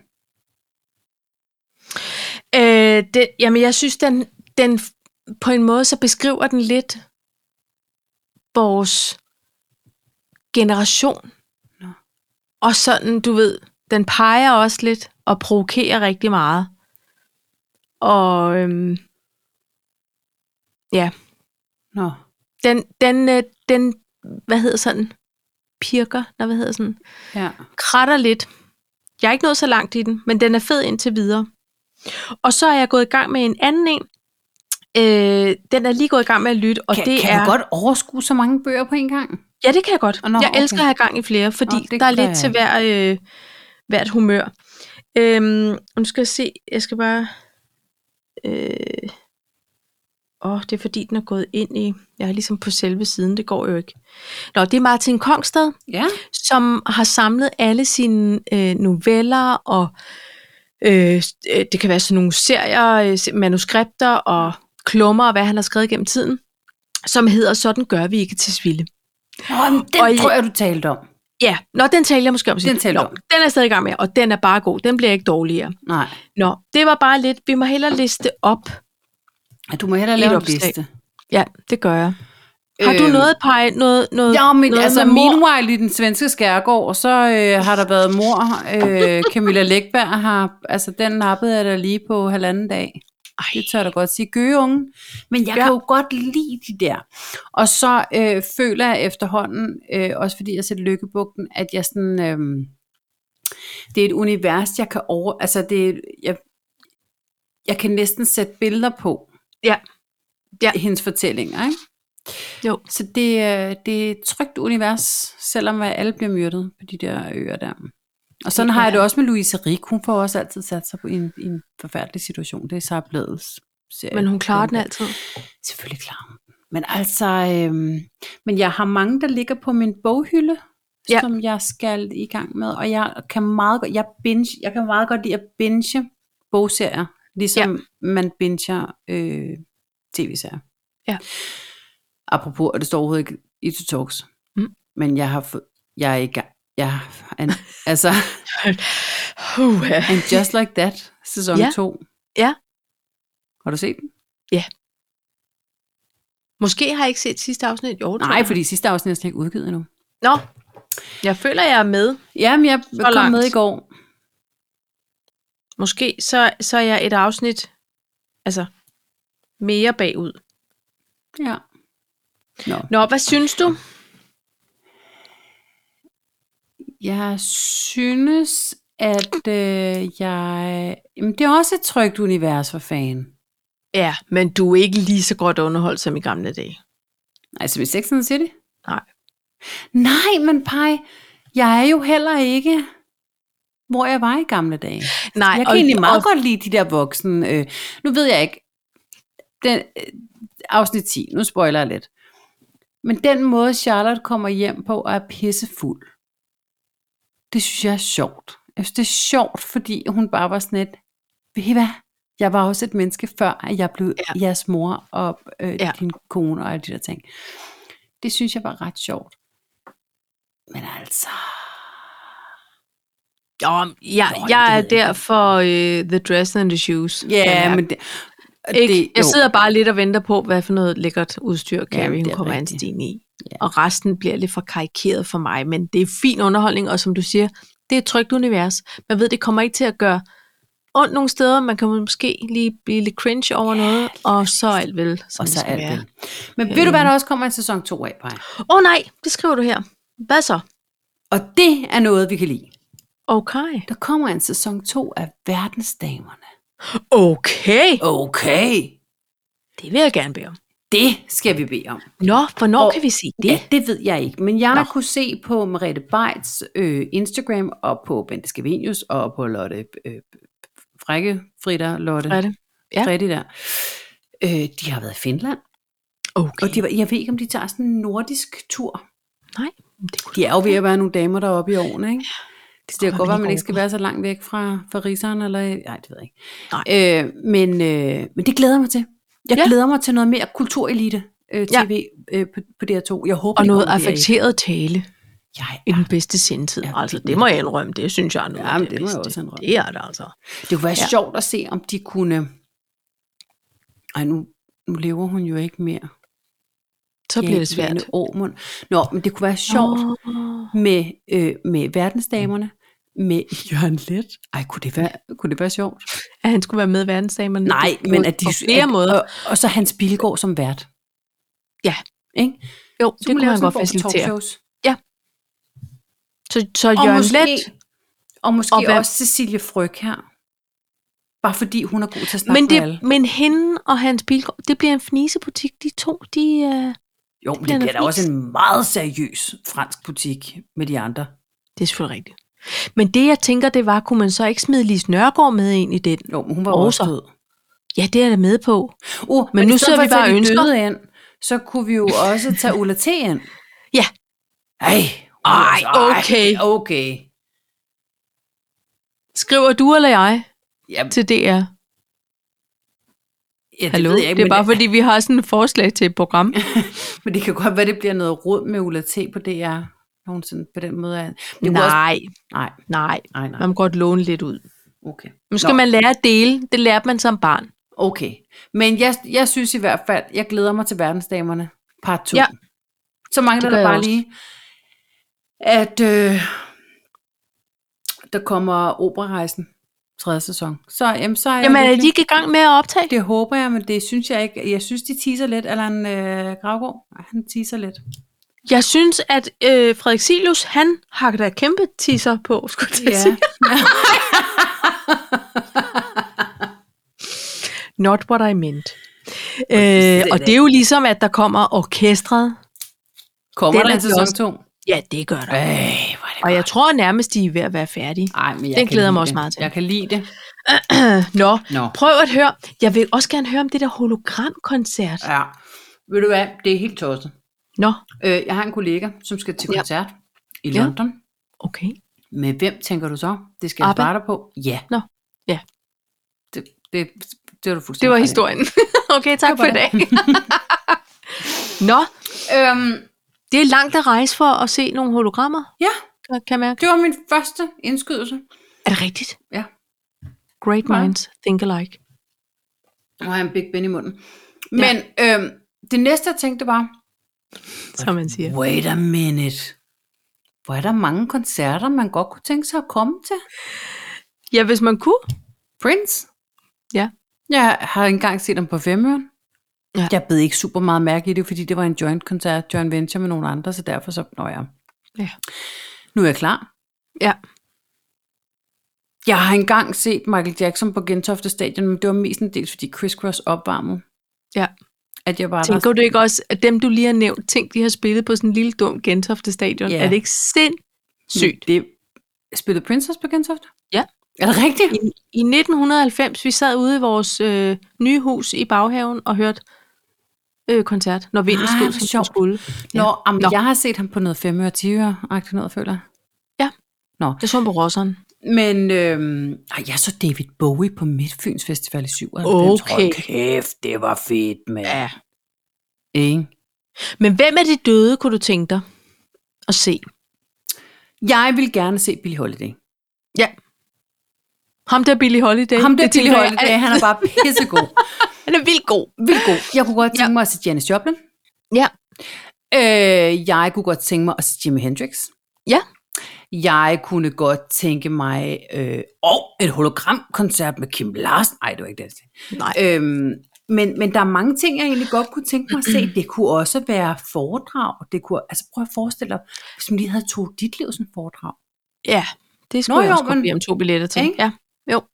Øh, det, jamen, jeg synes, den, den på en måde, så beskriver den lidt vores generation. Nå. Og sådan, du ved, den peger også lidt og provokerer rigtig meget. Og øhm, ja. Nå. Den, den, øh, den, hvad hedder sådan, pirker, der hvad hedder sådan, ja. kratter lidt. Jeg er ikke nået så langt i den, men den er fed indtil videre. Og så er jeg gået i gang med en anden en. Øh, den er lige gået i gang med at lytte, og kan, det kan er... Kan du godt overskue så mange bøger på en gang? Ja, det kan jeg godt. Oh, no, jeg okay. elsker at have gang i flere, fordi oh, der er lidt jeg. til hver, øh, hvert humør. Øhm, nu skal jeg se, jeg skal bare... Øh, åh, det er fordi, den er gået ind i... Jeg er ligesom på selve siden, det går jo ikke. Nå, det er Martin Kongstad, ja. som har samlet alle sine øh, noveller, og øh, det kan være sådan nogle serier, øh, manuskripter og klummer, og hvad han har skrevet gennem tiden, som hedder Sådan gør vi ikke til Sville. Nå, men den og tror jeg, du talte om. Ja, nå, den talte jeg måske om. Den talte nå, om. Den er stadig i gang med, og den er bare god. Den bliver ikke dårligere. Nej. Nå, det var bare lidt, vi må hellere liste op. Ja, du må hellere lave en liste. Ja, det gør jeg. Har du noget, Paj? Noget, noget, ja, men noget altså meanwhile i den svenske skærgård, så øh, har der været mor. Øh, Camilla Läckberg har, altså den nappede jeg da lige på halvanden dag. Ej. Det tør jeg da godt sige. Gøgeunge. Men jeg ja. kan jo godt lide de der. Og så øh, føler jeg efterhånden, øh, også fordi jeg ser Lykkebugten, at jeg sådan, øh, det er et univers, jeg kan over, altså det er, jeg, jeg kan næsten sætte billeder på. Ja. Ja. Hendes fortællinger, ikke? Jo. Så det, det er et trygt univers, selvom alle bliver myrdet på de der øer der. Og sådan det har jeg det også med Louise Rick. Hun får også altid sat sig på en, en forfærdelig situation. Det er så blevet serie. Men hun klarer den altid. Selvfølgelig klarer hun den. Men altså, øhm, men jeg har mange, der ligger på min boghylde, ja. som jeg skal i gang med. Og jeg kan meget godt, jeg binge, jeg kan meget godt lide at binge bogserier, ligesom ja. man binger øh, tv-serier. Ja. Apropos, og det står overhovedet ikke i to talks, mm. men jeg har fået, jeg er i gang, jeg er, altså, and Just Like That, sæson ja. to. Ja. Har du set den? Ja. Måske har jeg ikke set sidste afsnit. Jo, nej, fordi sidste afsnit er slet ikke udgivet endnu. Nå, jeg føler, jeg er med. Jamen, jeg kom langt. med i går. Måske så, så er jeg et afsnit, altså, mere bagud. Ja. Nå. Nå, hvad synes du? Jeg synes, at øh, jeg... Jamen, det er også et trygt univers for fan. Ja, men du er ikke lige så godt underholdt som i gamle dage. Altså, ved Sex and the City? Nej. Nej, men Paj, jeg er jo heller ikke, hvor jeg var i gamle dage. Nej, jeg kan og, egentlig meget og, godt lide de der voksne. Øh, nu ved jeg ikke, den, øh, afsnit ti, nu spoiler jeg lidt. Men den måde, Charlotte kommer hjem på, er pissefuld. Det synes jeg er sjovt. Jeg synes, det er sjovt, fordi hun bare var sådan et, ved I hvad? Jeg var også et menneske før, at jeg blev ja. jeres mor og øh, ja. din kone og alle de der ting. Det synes jeg var ret sjovt. Men altså... Jo, jeg, Nå, jeg er der for uh, The Dress and the Shoes. Ja, yeah, men det... Ikke, det jeg sidder bare lidt og venter på, hvad for noget lækkert udstyr Carrie ja, hun kommer an til i. Ja. Og resten bliver lidt for karikeret for mig. Men det er fin underholdning, og som du siger, det er et trygt univers. Man ved, det kommer ikke til at gøre ondt nogle steder. Man kan måske lige blive lidt cringe over ja, noget, og så er alt vel, som og det så skal alt være. Vel. Men ved du, hvad der også kommer i sæson to af, Paj? Åh oh, nej, det skriver du her. Hvad så? Og det er noget, vi kan lide. Okay. Der kommer en sæson to af Verdensdamerne. Okay. Okay. Det vil jeg gerne bede om. Det skal vi bede om. Nå, hvornår og, kan vi se det? Ja, det ved jeg ikke. Men jeg Nå. kunne se på Merete Beids øh, Instagram, og på Bente Scavenius, og på Lotte øh, Frække, Frida, Lotte. Frette. Ja. Fredi der. Øh, de har været i Finland. Okay. Og de var, jeg ved ikke, om de tager sådan en nordisk tur. Nej. Det de er jo ved at være nogle damer, der er oppe i årene, ikke? Det, det kan godt være, at man ikke skal være så langt væk fra, fra riseren, eller... Nej, det ved jeg ikke. Nej. Øh, men, øh, men det glæder mig til. Jeg ja. glæder mig til noget mere kulturelite øh, tv ja. øh, på, på D R to. Jeg håber, og noget affekteret tale. Jeg i den bedste sendtid. Altså, det må jeg indrømme. Det synes jeg er noget. Ja, men det, det må jeg også indrømme. Det er det altså. Det kunne være ja. sjovt at se, om de kunne... Ej, nu, nu lever hun jo ikke mere. Så bliver det svært. Årmund. Nå, men det kunne være sjovt oh. med, øh, med Verdensdamerne, med Jørgen Leth. Ej, kunne det være, kunne det være sjovt? At han skulle være med Verdensdamerne? Nej, på, men at de... På flere at, måder. Og, og så Hans Pilgaard som vært. Ja. Ikke? Jo, så det kunne han godt facilitere. Ja. Så, så Jørgen Leth... Og måske og også Cecilie Frøk her. Bare fordi hun er god til at snakke men det, med alle. Men hende og Hans Pilgaard, det bliver en fnisebutik. De to, de... Uh, jo, men det bliver da også en meget seriøs fransk butik med de andre. Det er selvfølgelig rigtigt. Men det, jeg tænker, det var, kunne man så ikke smide Lise Nørgaard med ind i den? Jo, men hun var også død. Ja, det er jeg med på. Uh, men, men nu sidder vi bare og ønsker. Ind, så kunne vi jo også tage Ulla T. ind. Ja. Ej, ej, okay. okay. Skriver du eller jeg ja. til D R? Ja, det Hallo? ved jeg ikke, det er bare det... fordi, vi har sådan et forslag til et program. Men det kan godt være, det bliver noget råd med Ulla T. på D R. Nogensinde på den måde. Det nej. Også... nej. Nej. Nej, nej. Man må godt låne lidt ud. Okay. Nu skal Nå. man lære at dele. Det lærte man som barn. Okay. Men jeg, jeg synes i hvert fald, jeg glæder mig til Verdensdamerne part to. Ja. Så mangler der bare også. lige, at øh, der kommer Operarejsen tredje sæson. Så, jamen, så er jamen jeg er de ikke i gang med at optage? Det håber jeg, men det synes jeg ikke. Jeg synes, de teaser lidt. Eller en øh, Gravgaard, han teaser lidt. Jeg synes, at øh, Frederik Silius, han har da kæmpe teaser på, skulle jeg ja. sige. Not what I meant. Øh, og det er jo ligesom, at der kommer orkestret. Kommer der en sæson to? Ja, det gør der. Øh, og jeg tror nærmest, de er ved at være færdige. Ej, men jeg Den glæder mig også det. meget til. Jeg kan lide det. Nå, Nå, prøv at høre. Jeg vil også gerne høre om det der hologramkoncert. Ja, ved du hvad? Det er helt tosset. Nå. Øh, jeg har en kollega, som skal til koncert ja. i London. Ja. Okay. Med hvem tænker du så? Det skal jeg svare dig på. Ja. Nå, ja. Det, det, det var du fuldstændig. Det var historien. Okay, tak for i dag. Nå, øhm, det er langt at rejse for at se nogle hologrammer. Ja. Kan jeg mærke. Det var min første indskydelse. Er det rigtigt? Ja. Great minds think alike. Nu har jeg en Big Ben i munden. Men ja. øhm, det næste, jeg tænkte var, som man siger. Wait a minute. Hvor er der mange koncerter, man godt kunne tænke sig at komme til? Ja, hvis man kunne. Prince? Ja. Jeg har engang set dem på Femøren. Ja. Jeg bed ikke super meget mærke i det, fordi det var en joint-koncert, joint venture med nogle andre, så derfor så, nå ja. Ja. Nu er jeg klar. Ja. Jeg har engang set Michael Jackson på Gentofte Stadion, men det var mest en del, fordi Criss Cross opvarmede. Ja. At jeg bare Tænker der... du ikke også, at dem, du lige har nævnt, tænk, de har spillet på sådan en lille dum Gentofte Stadion. Ja. Er det ikke sindssygt? Det... Spillede Princess på Gentofte? Ja. Er det rigtigt? I, I nitten halvfems, vi sad ude i vores øh, nye hus i baghaven og hørte øh, koncert, når vinden Ej, stod, hvor som sjovt. den skulle. Nå, Ja. am, Nå. jeg har set ham på noget fem øre, ti øre-agtigt noget, føler jeg. Ja. Nå. Jeg så ham på Rosseren. Men øhm, ej, jeg så David Bowie på Midtfyns Festival i syvoghalvfems. Okay. Kæft, det var fedt, mand. Ja. Ikke? Men hvem af de døde kunne du tænke dig at se? Jeg vil gerne se Billie Holiday. Ja. Ham der Billie Holiday. Ham der det Billie tænker jeg Holiday, alt- han er bare pissegod. Han er vildt god. Vildt god. Jeg kunne godt tænke Ja. mig at se Janis Joplin. Ja. Øh, jeg kunne godt tænke mig at se Jimi Hendrix. Ja. Jeg kunne godt tænke mig øh, og et hologramkoncert med Kim Larsen. Nej, det var ikke det, jeg sagde. Nej. Øhm, men, men der er mange ting, jeg egentlig godt kunne tænke mig at se. Det kunne også være foredrag. Det kunne, altså prøv at forestille dig, hvis man lige havde Tove Ditlevsen foredrag. Ja, det skulle Nå, jeg jo, også godt men- bede om to billetter til. Ikke? Ja. Jo.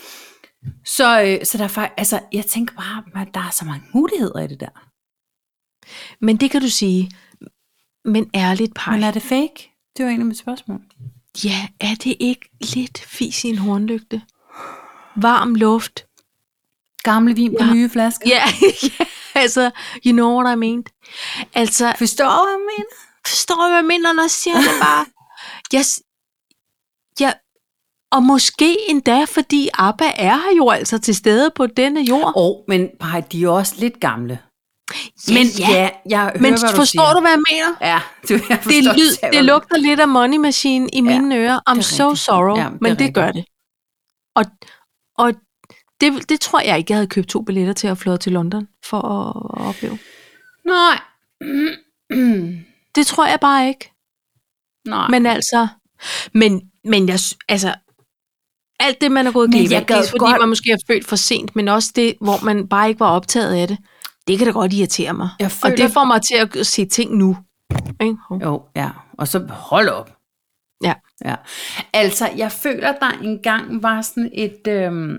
Så, øh, så der er faktisk, altså, jeg tænker bare, at der er så mange muligheder i det der. Men det kan du sige. Men ærligt, Paj. Men er det fake? Det var egentlig mit spørgsmål. Ja, er det ikke lidt fis i en hornlygte? Varm luft. Gamle vin på Ja. nye flasker. Ja, ja, altså, you know what I mean. Altså, Forstår du, hvad jeg mener? forstår du, hvad jeg mener, når jeg siger det bare? Jeg, s- jeg, og måske endda, fordi ABBA er her jo altså til stede på denne jord. Åh, oh, men Paj, de er jo også lidt gamle. Ja, Men ja. ja, jeg hører, Men hvad du forstår siger. du, hvad jeg mener? Ja, du, jeg forstår, Det, lyd, hvad det du- lugter lidt af Money Machine i mine ører. I'm det er so rigtigt. sorrow, Ja, ja, det er men det rigtigt. gør det. Og, og det, det tror jeg ikke, jeg havde købt to billetter til at flå til London for at, at opleve. Nej. Det tror jeg bare ikke. Nej. Men altså, men, men jeg, sy- altså, alt det, man er gået Men glip jeg af, gad dels fordi godt- man måske er født for sent, men også det, hvor man bare ikke var optaget af det, det kan da godt irritere mig. Jeg Og føler- det får mig til at se ting nu. Ikke? Jo, ja. Og så hold op. Ja. Ja. Altså, jeg føler, der engang var sådan et øhm,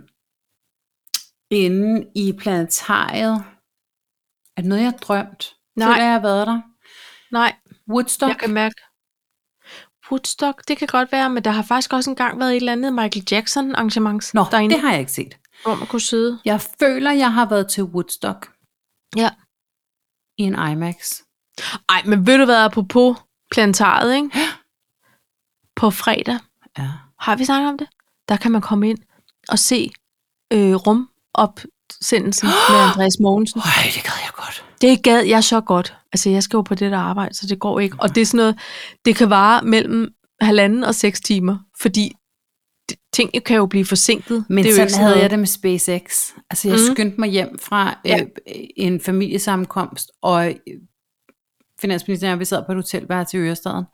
inde i planetariet. Er det noget, jeg har drømt? Nej. Føler, jeg har været der? Nej, Woodstock? jeg kan mærke. Woodstock, det kan godt være, men der har faktisk også engang været et eller andet Michael Jackson arrangement Nå, derinde, det har jeg ikke set. hvor man kunne sidde. Jeg føler, jeg har været til Woodstock Ja. i en IMAX. Ej, men ved du hvad, apropos planetariet, ikke? På fredag, Ja. har vi snakket om det? Der kan man komme ind og se øh, rumopsendelsen med Andreas Mogensen. Øj, det gad jeg godt. Det gad jeg så godt. Altså, jeg skal jo på det der arbejde, så det går ikke. Og det er sådan noget, det kan vare mellem halvanden og seks timer, fordi det, ting kan jo blive forsinket. Men det er jo sådan ikke havde noget- jeg det med SpaceX. Altså, jeg Mhm. skyndte mig hjem fra Ja. øh, en familiesammenkomst, og øh, finansministeren og jeg, vi sad på et hotelværelse i Ørestaden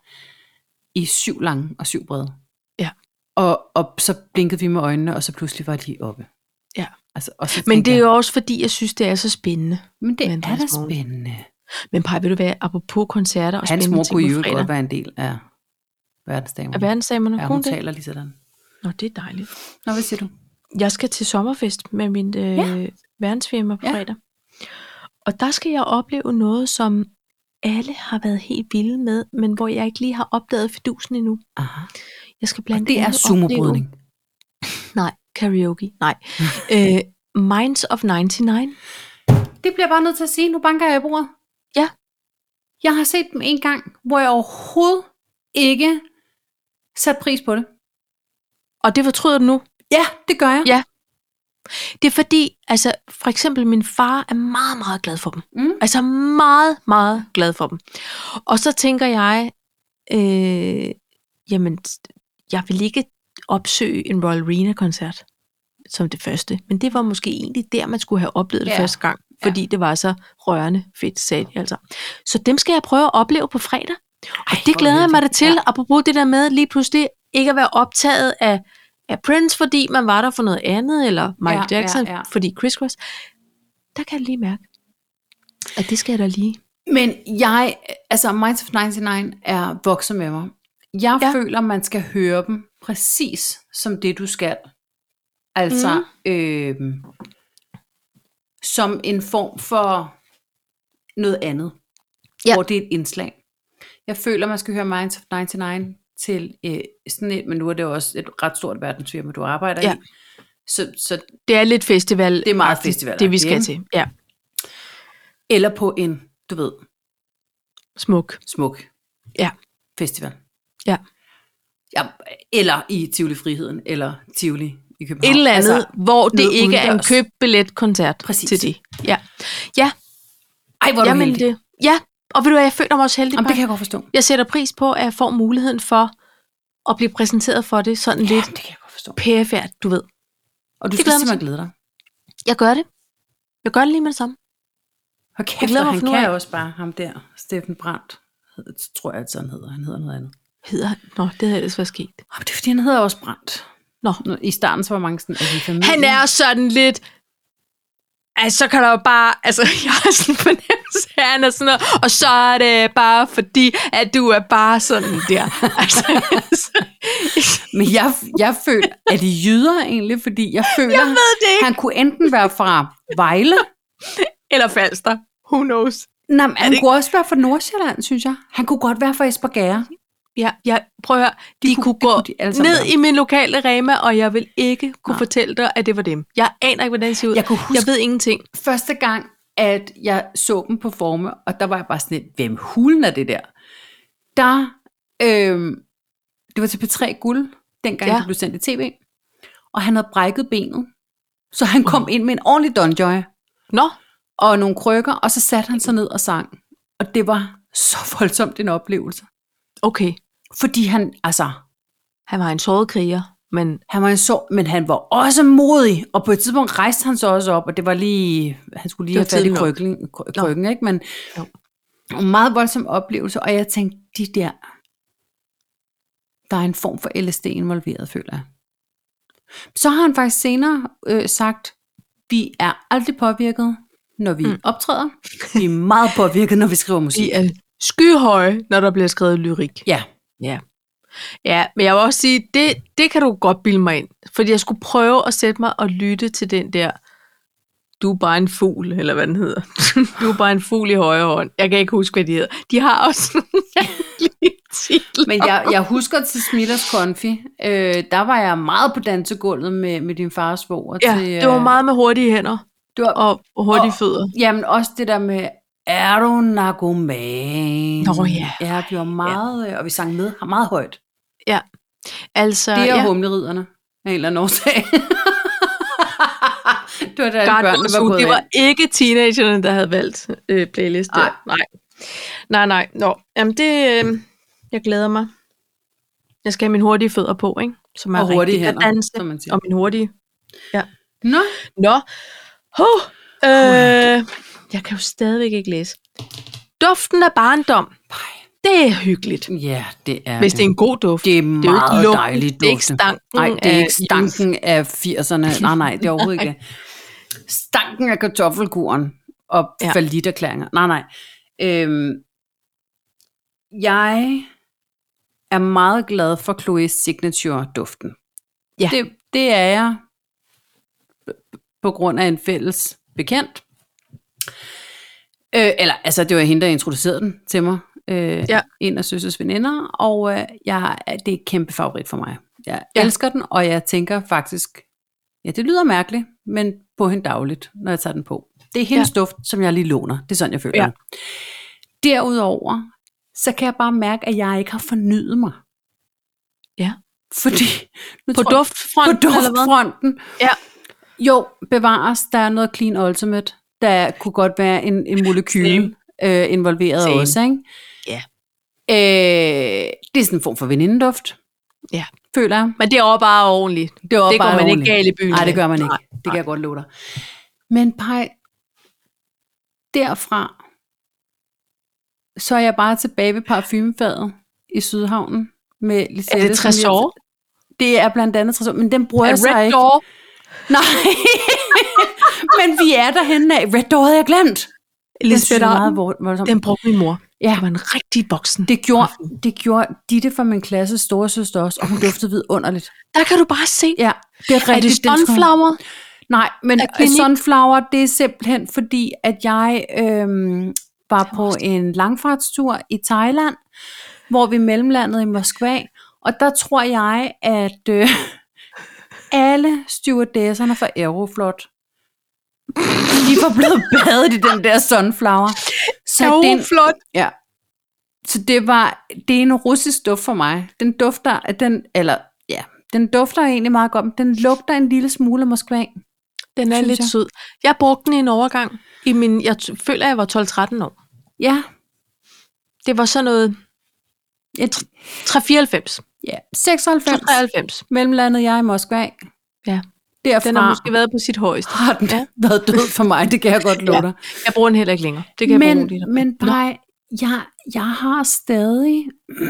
i syv lange og syv brede. Ja. Og, og så blinkede vi med øjnene, og så pludselig var de oppe. Ja. Altså, og så Men tænkte det er jeg, jo også fordi, jeg synes, det er så spændende. men det med er Andreas da Mogensen. spændende. Men Paj, vil du være, apropos koncerter og Hans spændende mor ting kunne på jo fredag. godt være en del af verdensdagen. Af verdensdamerne, Ja, kunne hun det? taler lige sådan. Nå, det er dejligt. Nå, hvad siger du? Jeg skal til sommerfest med min øh, Ja. verdensfirma på Ja. fredag. Og der skal jeg opleve noget, som alle har været helt vilde med, men hvor jeg ikke lige har opdaget fidusen endnu. Aha. Jeg skal Og blandt det er andet sumobrydning. opleve- Nej, karaoke. Nej. øh, Minds of nioghalvfems. Det bliver jeg bare nødt til at sige. Nu banker jeg i bordet. Ja. Jeg har set dem en gang, hvor jeg overhovedet ikke satte pris på det. Og det fortryder du nu? Ja, det gør jeg. Ja. Det er fordi, altså for eksempel min far er meget, meget glad for dem. Mm. Altså meget, meget glad for dem. Og så tænker jeg, øh, jamen, jeg vil ikke opsøge en Royal Arena-koncert som det første. Men det var måske egentlig der, man skulle have oplevet det Ja. første gang. Fordi det var så rørende fedt, sagde de altså. Så dem skal jeg prøve at opleve på fredag. Og Ej, det hvor glæder jeg mig da hyggeligt. til, Ja. apropos det der med lige pludselig ikke at være optaget af, af Prince, fordi man var der for noget andet, eller Michael Ja, Jackson, ja, ja. fordi Criss Cross. Der kan jeg lige mærke, at det skal jeg da lige. Men jeg, altså Minds of nioghalvfems er vokset med mig. Jeg Ja. ja. føler, man skal høre dem præcis som det, du skal. Altså, mm. øh, som en form for noget andet, ja. Hvor det er et indslag. Jeg føler, man skal høre Minds of nioghalvfems til øh, sådan et, men nu er det også et ret stort verdensfirma, du arbejder ja. i. Så, så det er lidt festival. Det er meget festival. Det vi skal til, ja. Eller på en, du ved. Smuk. Smuk. Ja. Festival. Ja. ja. Eller i Tivoli Friheden, eller Tivoli i København. Et eller andet, altså, hvor det ikke udendørs. er en køb-billet-koncert Præcis. til det. Ja. Ja. Ej, hvor er du Jamen, heldig. det, ja, og ved du hvad, jeg føler mig også heldig. Jamen, det kan jeg godt forstå. Jeg sætter pris på, at jeg får muligheden for at blive præsenteret for det sådan ja, lidt det kan jeg godt forstå. pæfærd, du ved. Og du det skal simpelthen glæde dig. Jeg gør det. Jeg gør det lige med det samme. Og kæft, og han kan af. Også bare ham der, Steffen Brandt, tror jeg altså han hedder. Han hedder noget andet. Hedder Nå, det havde ellers været sket. Oh, det er fordi, han hedder også Brandt. Nå. I starten så var mange sådan, at vi familie. Han er sådan lidt, altså så kan der jo bare, altså jeg har sådan en fornemmelse af, han er sådan noget, og så er det bare fordi, at du er bare sådan der. Altså, altså. Men jeg, jeg føler, er de jyder egentlig, fordi jeg føler, jeg ved det ikke. Han kunne enten være fra Vejle, eller Falster, who knows. Nej, men han det... kunne også være fra Nordsjælland, synes jeg. Han kunne godt være fra Espergærde. Ja, jeg prøv at høre, de, de kunne, kunne gå de ned i min lokale Rema, og jeg vil ikke kunne Nej. fortælle dig, at det var dem. Jeg aner ikke, hvordan det ser ud. Jeg, huske, jeg ved ingenting. Første gang, at jeg så dem på Forme, og der var jeg bare sådan lidt, hvem hulen er det der? Der, øh, det var til P tre Guld, dengang ja. det blev sendt i tv, og han havde brækket benet, så han kom uh. ind med en ordentlig donjoy. Nå. Og nogle krykker, og så satte han sig ned og sang. Og det var så voldsomt en oplevelse. Okay. Fordi han, altså... Han var en såret kriger, men... Han var en så, men han var også modig, og på et tidspunkt rejste han så også op, og det var lige... Han skulle lige have fat i krykken, krykken ikke? Men jo. En meget voldsom oplevelse, og jeg tænkte, de der... Der er en form for L S D involveret, føler jeg. Så har han faktisk senere øh, sagt, vi er aldrig påvirket, når vi mm. optræder. Vi er meget påvirket, når vi skriver musik. Vi er skyhøje, når der bliver skrevet lyrik. Ja. Ja. Ja, men jeg vil også sige, det, det kan du godt bilde mig ind. Fordi jeg skulle prøve at sætte mig og lytte til den der, du er bare en fugl, eller hvad den hedder. Du er bare en fugl i højre hånd. Jeg kan ikke huske, hvad de hedder. De har også nogle titler. Men jeg, jeg husker til Smillers Konfi, øh, der var jeg meget på dansegulvet med, med din fars svoger. Ja, til, øh, det var meget med hurtige hænder. Det var, og, og hurtige og, fødder. Jamen også det der med, er du narkoman? Nå ja. Ja, vi var meget, ja. Og vi sang med meget højt. Ja, altså... Det er ja. Humleriderne, af en eller anden årsag. Det var da alle børnene var gået Det var af. ikke teenagerne, der havde valgt øh, playlist der. Nej. Nej, nej. nej. Nå, jamen det... Øh, jeg glæder mig. Jeg skal have mine hurtige fødder på, ikke? Som er og hurtige hænder, danse, som man siger. og mine hurtige... Ja. Nå. Nå. Huh. Øh, jeg kan jo stadigvæk ikke læse. Duften af barndom. Det er hyggeligt. Ja, det er Hvis det er en god duft. Det er meget det er dejligt duft. Det er ikke stanken Nej, det er ikke stanken af, af firserne. Nej, nej, det er overhovedet ikke. Stanken af kartoffelkuren og ja. falliterklæringer. Nej, nej. Øhm, jeg er meget glad for Chloés Signature-duften. Ja. Det, det er jeg på grund af en fælles bekendt. Øh, eller, altså, det var hende, der introducerede den til mig. Øh, ja. En af søsters veninder, og øh, jeg, det er et kæmpe favorit for mig. Jeg ja. elsker den, og jeg tænker faktisk, ja, det lyder mærkeligt, men på hende dagligt, når jeg tager den på. Det er hendes ja. duft, som jeg lige låner. Det er sådan, jeg føler. Ja. Derudover, så kan jeg bare mærke, at jeg ikke har fornyet mig. Ja. Fordi... Nu på tror, duftfronten? På duftfronten. Ja. Jo, bevares, der er noget Clean Ultimate. Der kunne godt være en, en molekyle øh, involveret Same. også, ikke? Ja. Øh, det er sådan en form for venindeduft. Ja. Føler jeg. Men det er også bare ordentligt. Det, er også det bare går man ordentligt. ikke galt i byen. Nej, det gør man ikke. Nej, det kan nej. jeg godt love dig. Men Paj, derfra, så er jeg bare tilbage ved parfumefadet i Sydhavnen. Med Lisette, er det Tresor? Det er blandt andet Tresor, men den bruger er jeg så Red ikke. Door? Nej, men vi er derhenne af. Red Door havde jeg glemt. Elisabeth Arden, voldsom. den brugte min mor. Ja. Det var en rigtig voksen. Det gjorde, det gjorde Ditte fra min klasse storesøster også, og hun duftede vidunderligt. Der kan du bare se. Ja, det er rigtigt. Er det Sunflower? Nej, men Clinique? Sunflower, det er simpelthen fordi, at jeg øhm, var på en langfartstur i Thailand, hvor vi mellemlandede i Moskva, og der tror jeg, at øh, alle stewardesserne fra Aeroflot, de var blevet badet i den der Sunflower. Så Aeroflot? Ja. Så det var, det er en russisk duft for mig. Den dufter, den, eller ja, den dufter egentlig meget godt, men den lugter en lille smule af Moskva. Den er lidt jeg. sød. Jeg brugte den i en overgang. I min, jeg t- føler, at jeg var tolv tretten år. Ja. Det var sådan noget tre fireoghalvfems. Ja, seksoghalvfems. treoghalvfems. Mellemlandet jeg i Moskva. Ja. Derfra den har måske været på sit højeste. Har den ja. været død for mig, det kan jeg godt love dig. Ja. Jeg bruger den heller ikke længere. Det kan men, jeg bruge Men Paj, jeg, jeg har stadig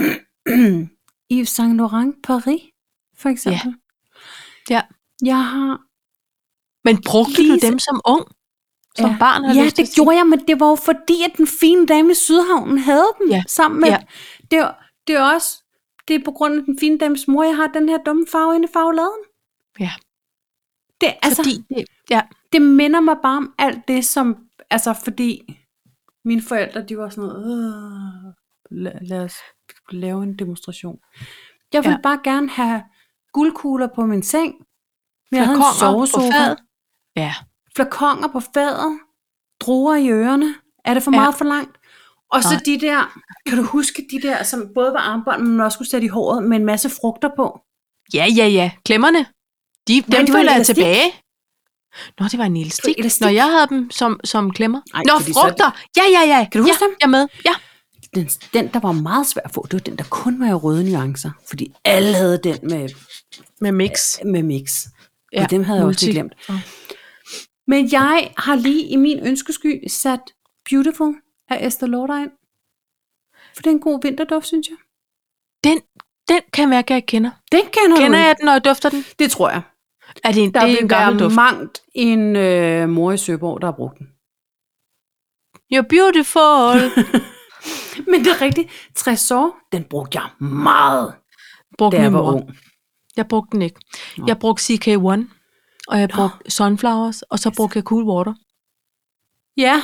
Yves Saint Laurent Paris, for eksempel. Ja. ja. Jeg har... Men brugte Lise... du dem som ung? Som ja. barn? Ja, det sige. gjorde jeg, men det var jo fordi, at den fine dame i Sydhavnen havde dem ja. sammen med... Ja. Det, er, det er også... Det er på grund af den fine dames mor, jeg har den her dumme farve inde i farveladen. Ja. Det, altså, fordi det, ja. det minder mig bare om alt det, som... Altså, fordi mine forældre, de var sådan noget... Lad, lad os lave en demonstration. Jeg ville ja. bare gerne have guldkugler på min seng. Jeg havde en sovesofa. Ja. Flakonger på fadet. Druer i ørerne. Er det for meget ja. for langt? Og så ja. de der, kan du huske de der, som både var armbånd, men også skulle sætte i håret med en masse frugter på? Ja, ja, ja. Klemmerne. De, Nej, dem følger jeg tilbage. Nå, det var en elastik. Når jeg havde dem som, som klemmer. Ej, Nå, frugter. Det... Ja, ja, ja. Kan du huske ja, dem? Jeg er med. Ja. Den, den, der var meget svær at få, det var den, der kun var i røde nuancer. Fordi alle havde den med... Med mix. Med mix. Ja, og dem havde jeg også lige glemt. Ja. Men jeg har lige i min ønskesky sat Beautiful af Estée Lauder ind. For det er en god vinterduft, synes jeg. Den, den kan jeg mærke, at jeg kender. Den kender Kender du jeg den, når jeg dufter den? Det tror jeg. Er det en, der det er en gammel duft? Der er mangt en øh, mor i Søborg, der har brugt den. You're beautiful. Men det er rigtigt. Tresor, den brugte jeg meget, brugte da jeg var ung. Jeg brugte den ikke. Nå. Jeg brugte C K one, og jeg brugte Nå. Sunflowers, og så brugte jeg Cool Water. Ja.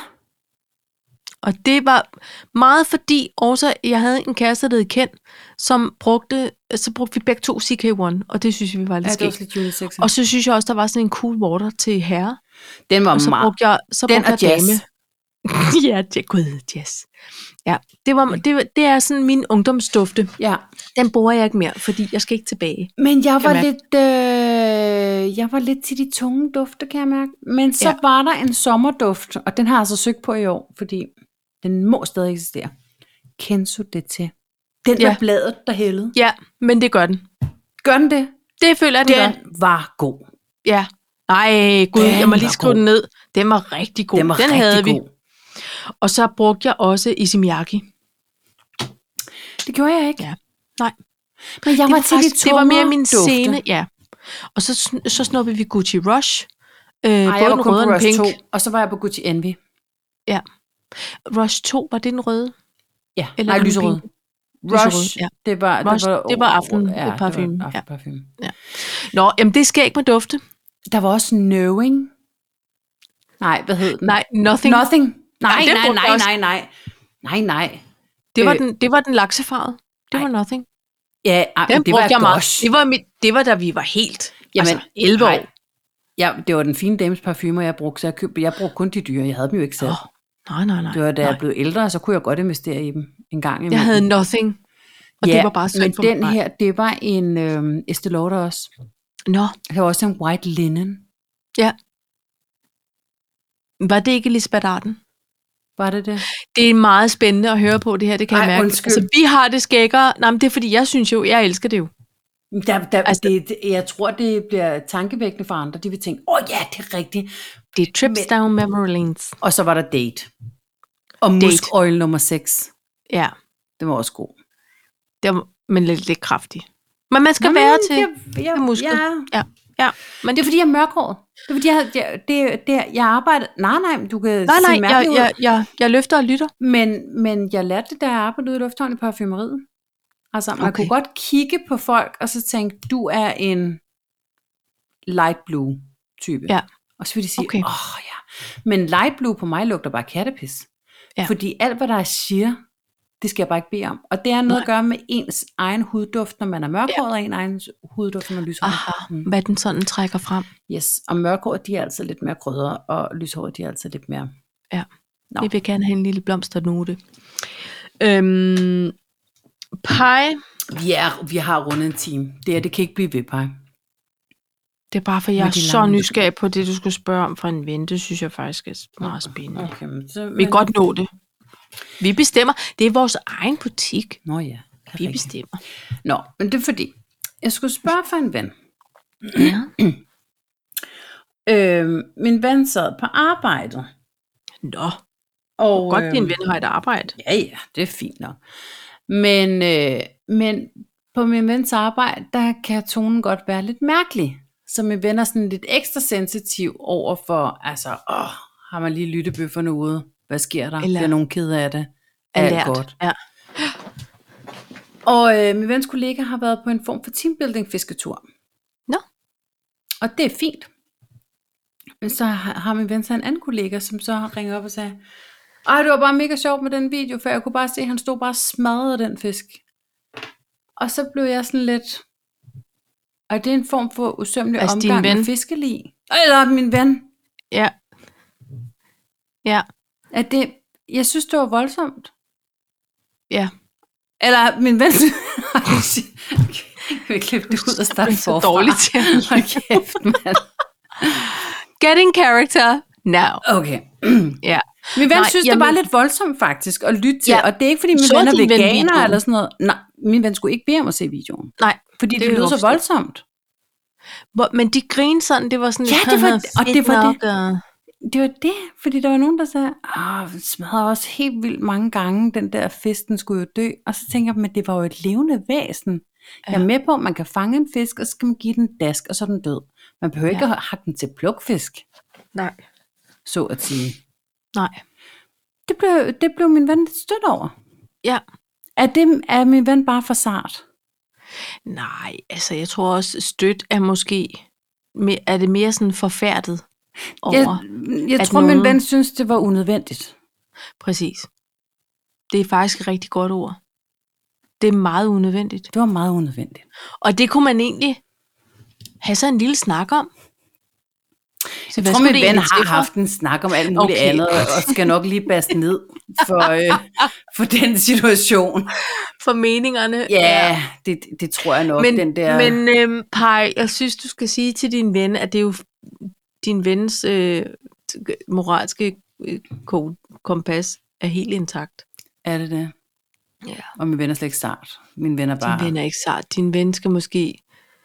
Og det var meget fordi, også jeg havde en kæreste, der hed Ken, som brugte, så brugte vi begge to C K one, og det synes vi var lidt ja, skægt. Lidt og så synes jeg også, der var sådan en Cool Water til herre. Den var og så meget. Brugte jeg, så den brugte og jeg jazz. Dame. ja, det, gud, jazz. Ja, det, var, det, det er sådan min ungdomsdufte. Ja. Den bruger jeg ikke mere, fordi jeg skal ikke tilbage. Men jeg var lidt, øh, jeg var lidt til de tunge dufte, kan jeg mærke. Men så ja. var der en sommerduft, og den har jeg altså søgt på i år, fordi den må stadig eksistere. Kenzo Dete. Den ja. med bladet, der hældede. Ja, men det gør den. Gør den det? Det føler jeg, den den gør. var god. Ja. Nej, gud, den jeg må lige skrive god. den ned. Den var rigtig god. Den, var den rigtig havde god. vi. Og så brugte jeg også Isimiyaki. Det gjorde jeg ikke. Ja. Nej. Men jeg det var, var til faktisk, de det var mere min dufte. scene, ja. Og så, så snuppede vi Gucci Rush. Øh, Ej, både jeg var den kun røde på og Rush pink. to, og så var jeg på Gucci Envy. Ja. Rush to, var det den røde? Ja, eller nej, lyserød. Rush, ja. det var, Rush, det var, det var aften ja, parfume. Det var aftenparfume. Ja. Ja. Nå, jamen det skal ikke med dufte. Der var også Knowing. Nej, hvad hed den? Nej, Nothing. Nothing. Nej, ja, nej, nej, nej, nej. Nej, nej. Det var, øh, den, det var den laksefarvede. Det nej. var Nothing. Ja, ej, den det brugte var jeg meget. Gosh. Det var, mit, det var da vi var helt Jamen, altså elleve år. Nej. Ja, det var den fine dames parfumer, jeg brugte, så jeg købte, jeg brugte kun de dyre. Jeg havde dem jo ikke selv. Oh, nej, nej, nej. Det var, da nej. jeg blev ældre, så kunne jeg godt investere i dem en gang imellem. Jeg havde Nothing, og ja, det var bare synd men for den mig. her, det var en øhm, Estée Lauder også. Nå. Det var også en white linen. Ja. Var det ikke Elisabeth Arden? Var det det? Det er meget spændende at høre på det her, det kan Ej, jeg mærke. Undskyld. Altså, vi har det skækkere. Nej, men det er fordi, jeg synes jo, jeg elsker det jo. Der, der, altså, det, det, jeg tror, det bliver tankevækkende for andre. De vil tænke, åh oh, ja, det er rigtigt. Det er Trips men, Down Memory Lanes. Og så var der Date. Og Date. Musk Oil nummer seks. Ja. Det var også god. Det var, men lidt, lidt kraftig. Men man skal Nå, være men, til, jeg, jeg, til muskel. Ja, ja. Ja, Men det er fordi, jeg er mørkhåret. Det er fordi, jeg, jeg, det, det, jeg arbejder... Nej, nej, du kan nej, se nej, jeg, mærkelig ud. jeg, jeg, jeg løfter og lytter. Men, men jeg lærte det, da jeg arbejdede ude i lufthavn i parfumeriet. Altså, man Okay. kunne godt kigge på folk, og så tænke, du er en light blue type. Ja. Og så vil de sige, åh Okay. oh, ja. Men light blue på mig lugter bare kattepis. Ja. Fordi alt, hvad der er siger, det skal jeg bare ikke bede om. Og det er noget Nej. at gøre med ens egen hudduft, når man er mørkhåret, og en egen hudduft, når man er lyshåret. Aha, Mm. hvad den sådan trækker frem. Yes, og mørkhåret, de er altså lidt mere krydret, og lyshåret, de er altså lidt mere... Ja, Nå. jeg vil gerne have en lille blomsternote. Øhm, pie, Vi, er, vi har rundet en time. Det her, det kan ikke blive ved, Paj. det er bare for, jeg Med er de så lange- nysgerrig på det, du skulle spørge om fra en ven. Det synes jeg faktisk er meget spændende. Okay, men så, Vi kan godt nå det. Vi bestemmer. Det er vores egen butik. Nå ja. Vi perfekt. bestemmer. Nå, men det er fordi, jeg skulle spørge for en ven. Ja. Øh, min ven sad på arbejdet. Nå, Og, godt din øhm, ven har et arbejde. Ja, ja, det er fint nok. Men, øh, men på min vens arbejde, der kan tonen godt være lidt mærkelig. Så min ven er sådan lidt ekstra sensitiv over for, altså, åh, har man lige lyttebøfferne ude? Hvad sker der? Eller- Bliver nogen ked af det? Alert. Alt godt. Ja. Og øh, min vens kollega har været på en form for teambuilding-fisketur. Nå. Og det er fint. Men så har har min ven så en anden kollega, som så har ringet op og sagde, ej, det var bare mega sjovt med den video, for jeg kunne bare se, at han stod bare og smadrede den fisk. Og så blev jeg sådan lidt, og det er en form for usømmelig Altså, din omgang med ven? fiskelig. Eller min ven. Ja. Ja. At det, jeg synes, det var voldsomt. Ja. Eller min ven... Kan vi klippe det ud og starte Det er så forfra? dårligt til at Hold kæft, mand. Get in character now. Okay. Ja. Min ven Nej, Nej, synes, jamen- det var lidt voldsomt faktisk at lytte til. Ja. Og det er ikke, fordi min Så ven er din ven veganer videoen? eller sådan noget. Nej, min ven skulle ikke bede om at se videoen. Nej. Fordi Det det, kan det lyder jeg så godt voldsomt. Hvor, men de grinede sådan, det var sådan Ja, lidt, det var- "Haha, og det fedt var nok, det. og- Det var det, fordi der var nogen, der sagde, åh, den smadrede også helt vildt mange gange, den der fisk, den skulle jo dø. Og så tænker jeg, men det var jo et levende væsen. Ja. Jeg er med på, at man kan fange en fisk, og så skal man give den en dask, og så er den død. Man behøver ikke Ja. at have den til plukfisk, Nej. så at sige. Nej. Det blev, det blev min ven lidt stødt over. Ja. Er, det, er min ven bare for sart? Nej, altså jeg tror også, stødt er måske, me- er det mere sådan forfærdet over. Jeg, jeg at tror, nogen... min nogen- ven synes, det var unødvendigt. Præcis. Det er faktisk et rigtig godt ord. Det er meget unødvendigt. Det var meget unødvendigt. Og det kunne man egentlig have så en lille snak om. Så Jeg tror, min ven har haft en snak om alt muligt Okay. andet, og skal nok lige baste ned for, øh, for den situation. for meningerne. Ja, det, det tror jeg nok, Men, den der... men øhm, Paj, jeg synes, du skal sige til din ven, at det er jo din vens øh, moralske øh, ko- kompas er helt intakt. Er det det? Ja. Og min ven er slet ikke sart. Min ven er bare... Din ven er ikke sart. Din ven skal måske...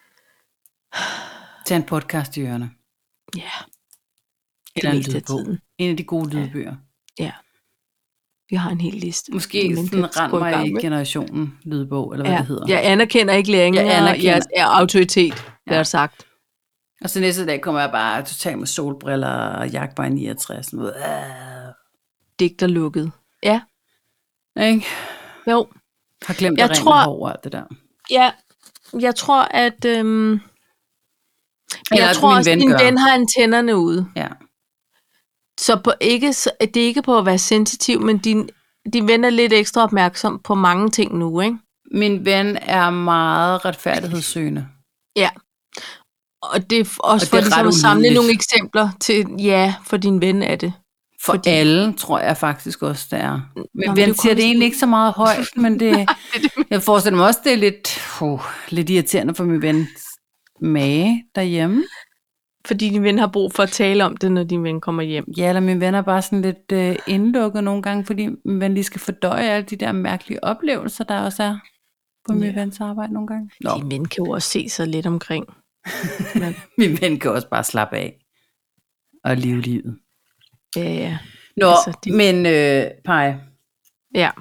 Tage en podcast i ørerne. Ja, Eller en meste af lydbog. tiden. En af de gode lydbøger. ja. Vi har en hel liste. Måske Min ven sådan kan rend gå i gang mig i med. generationen lydbog, eller hvad Ja. det hedder. Jeg anerkender ikke længere Jeg anerkender. jeres er autoritet, det Ja. er sagt. Og så næste dag kommer jeg bare totalt med solbriller og jagt bare i niogtres. Sådan noget. Øh. Digter lukket. Ja, Ikke? jo. Har glemt Jeg at ringe tror- over alt det der. Ja, jeg tror, at... Øhm, Eller jeg at tror min også, ven at din gør. ven har antennerne ude. Ja. Så på ikke, så- det er ikke på at være sensitiv, men din, din ven er lidt ekstra opmærksom på mange ting nu, ikke? Min ven er meget retfærdighedssøgende. Ja. Og det er f- også Og for det er ligesom ret at samle ulideligt. nogle eksempler til, ja, for din ven er det. For Fordi- Fordi... alle, tror jeg faktisk også, det er. Nå, Men men det er ven jo siger kun det egentlig ikke så meget højt, men det, jeg forestiller mig også, det er lidt, uh, lidt irriterende for min ven mage derhjemme. Fordi din ven har brug for at tale om det, når din ven kommer hjem. Ja, eller min ven er bare sådan lidt øh, indlukket nogle gange, fordi min ven lige skal fordøje alle de der mærkelige oplevelser, der også er på min Ja. vens arbejde nogle gange. Nå, Din ven kan jo også se sig lidt omkring. Men, min ven kan også bare slappe af og leve livet. ja, ja. Nå, Altså, altså, de- de... men øh, Paj, Ja.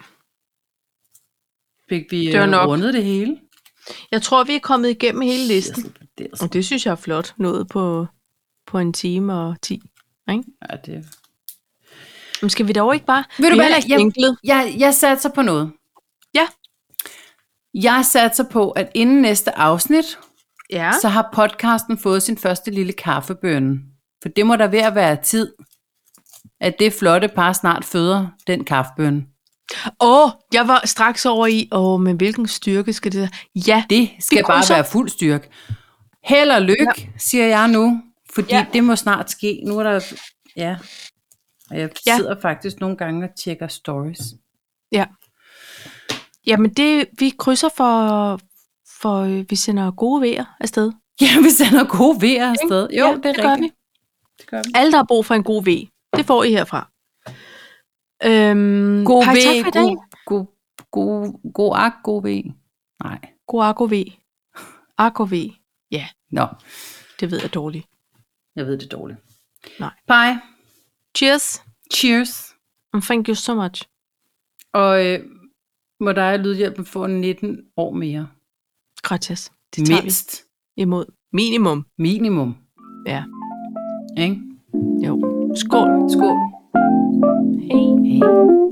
fik vi Det var øh, nok. rundet det hele? Jeg tror, vi er kommet igennem hele listen. Det er altså, Og det synes jeg er flot, nået på, på en time og ti. Ikke? ja, det... Men skal vi dog ikke bare... Ved du vi hvad, har lagt jeg, enklet. jeg, jeg satser på noget. Ja. Jeg satser på, at inden næste afsnit, Ja. så har podcasten fået sin første lille kaffebønne. For det må der ved at være tid, at det flotte par snart føder den kaffebønne. Åh, oh, jeg var straks over i, åh, oh, men hvilken styrke skal det... Ja, Det skal bare krydser. være fuld styrke. Held og lykke, ja. siger jeg nu, fordi Ja. det må snart ske. Nu er der... Ja, og jeg Ja. sidder faktisk nogle gange og tjekker stories. Ja. Jamen, det, vi krydser for, for øh, vi sender gode vejr afsted. Ja, vi sender gode vejer afsted. Jo, Ja, det er det gør rigtigt. vi. Det gør vi. Alle, der har brug for en god V, det får I herfra. Øhm, God hej, tak V, for i dag. god, god, god, god ak, god V. Nej. God Argo V. Argo V. Ja, Nå, det ved jeg dårligt. jeg ved det dårligt. Nej. Bye. Cheers. Cheers. And thank you so much. Og øh, må dig og Lydhjælpen få nitten år mere. Gracias. Det tager Mindst. vi imod. Minimum. Minimum. Ja. Ikke? Jo. Skål. Skål. Hej. Hej.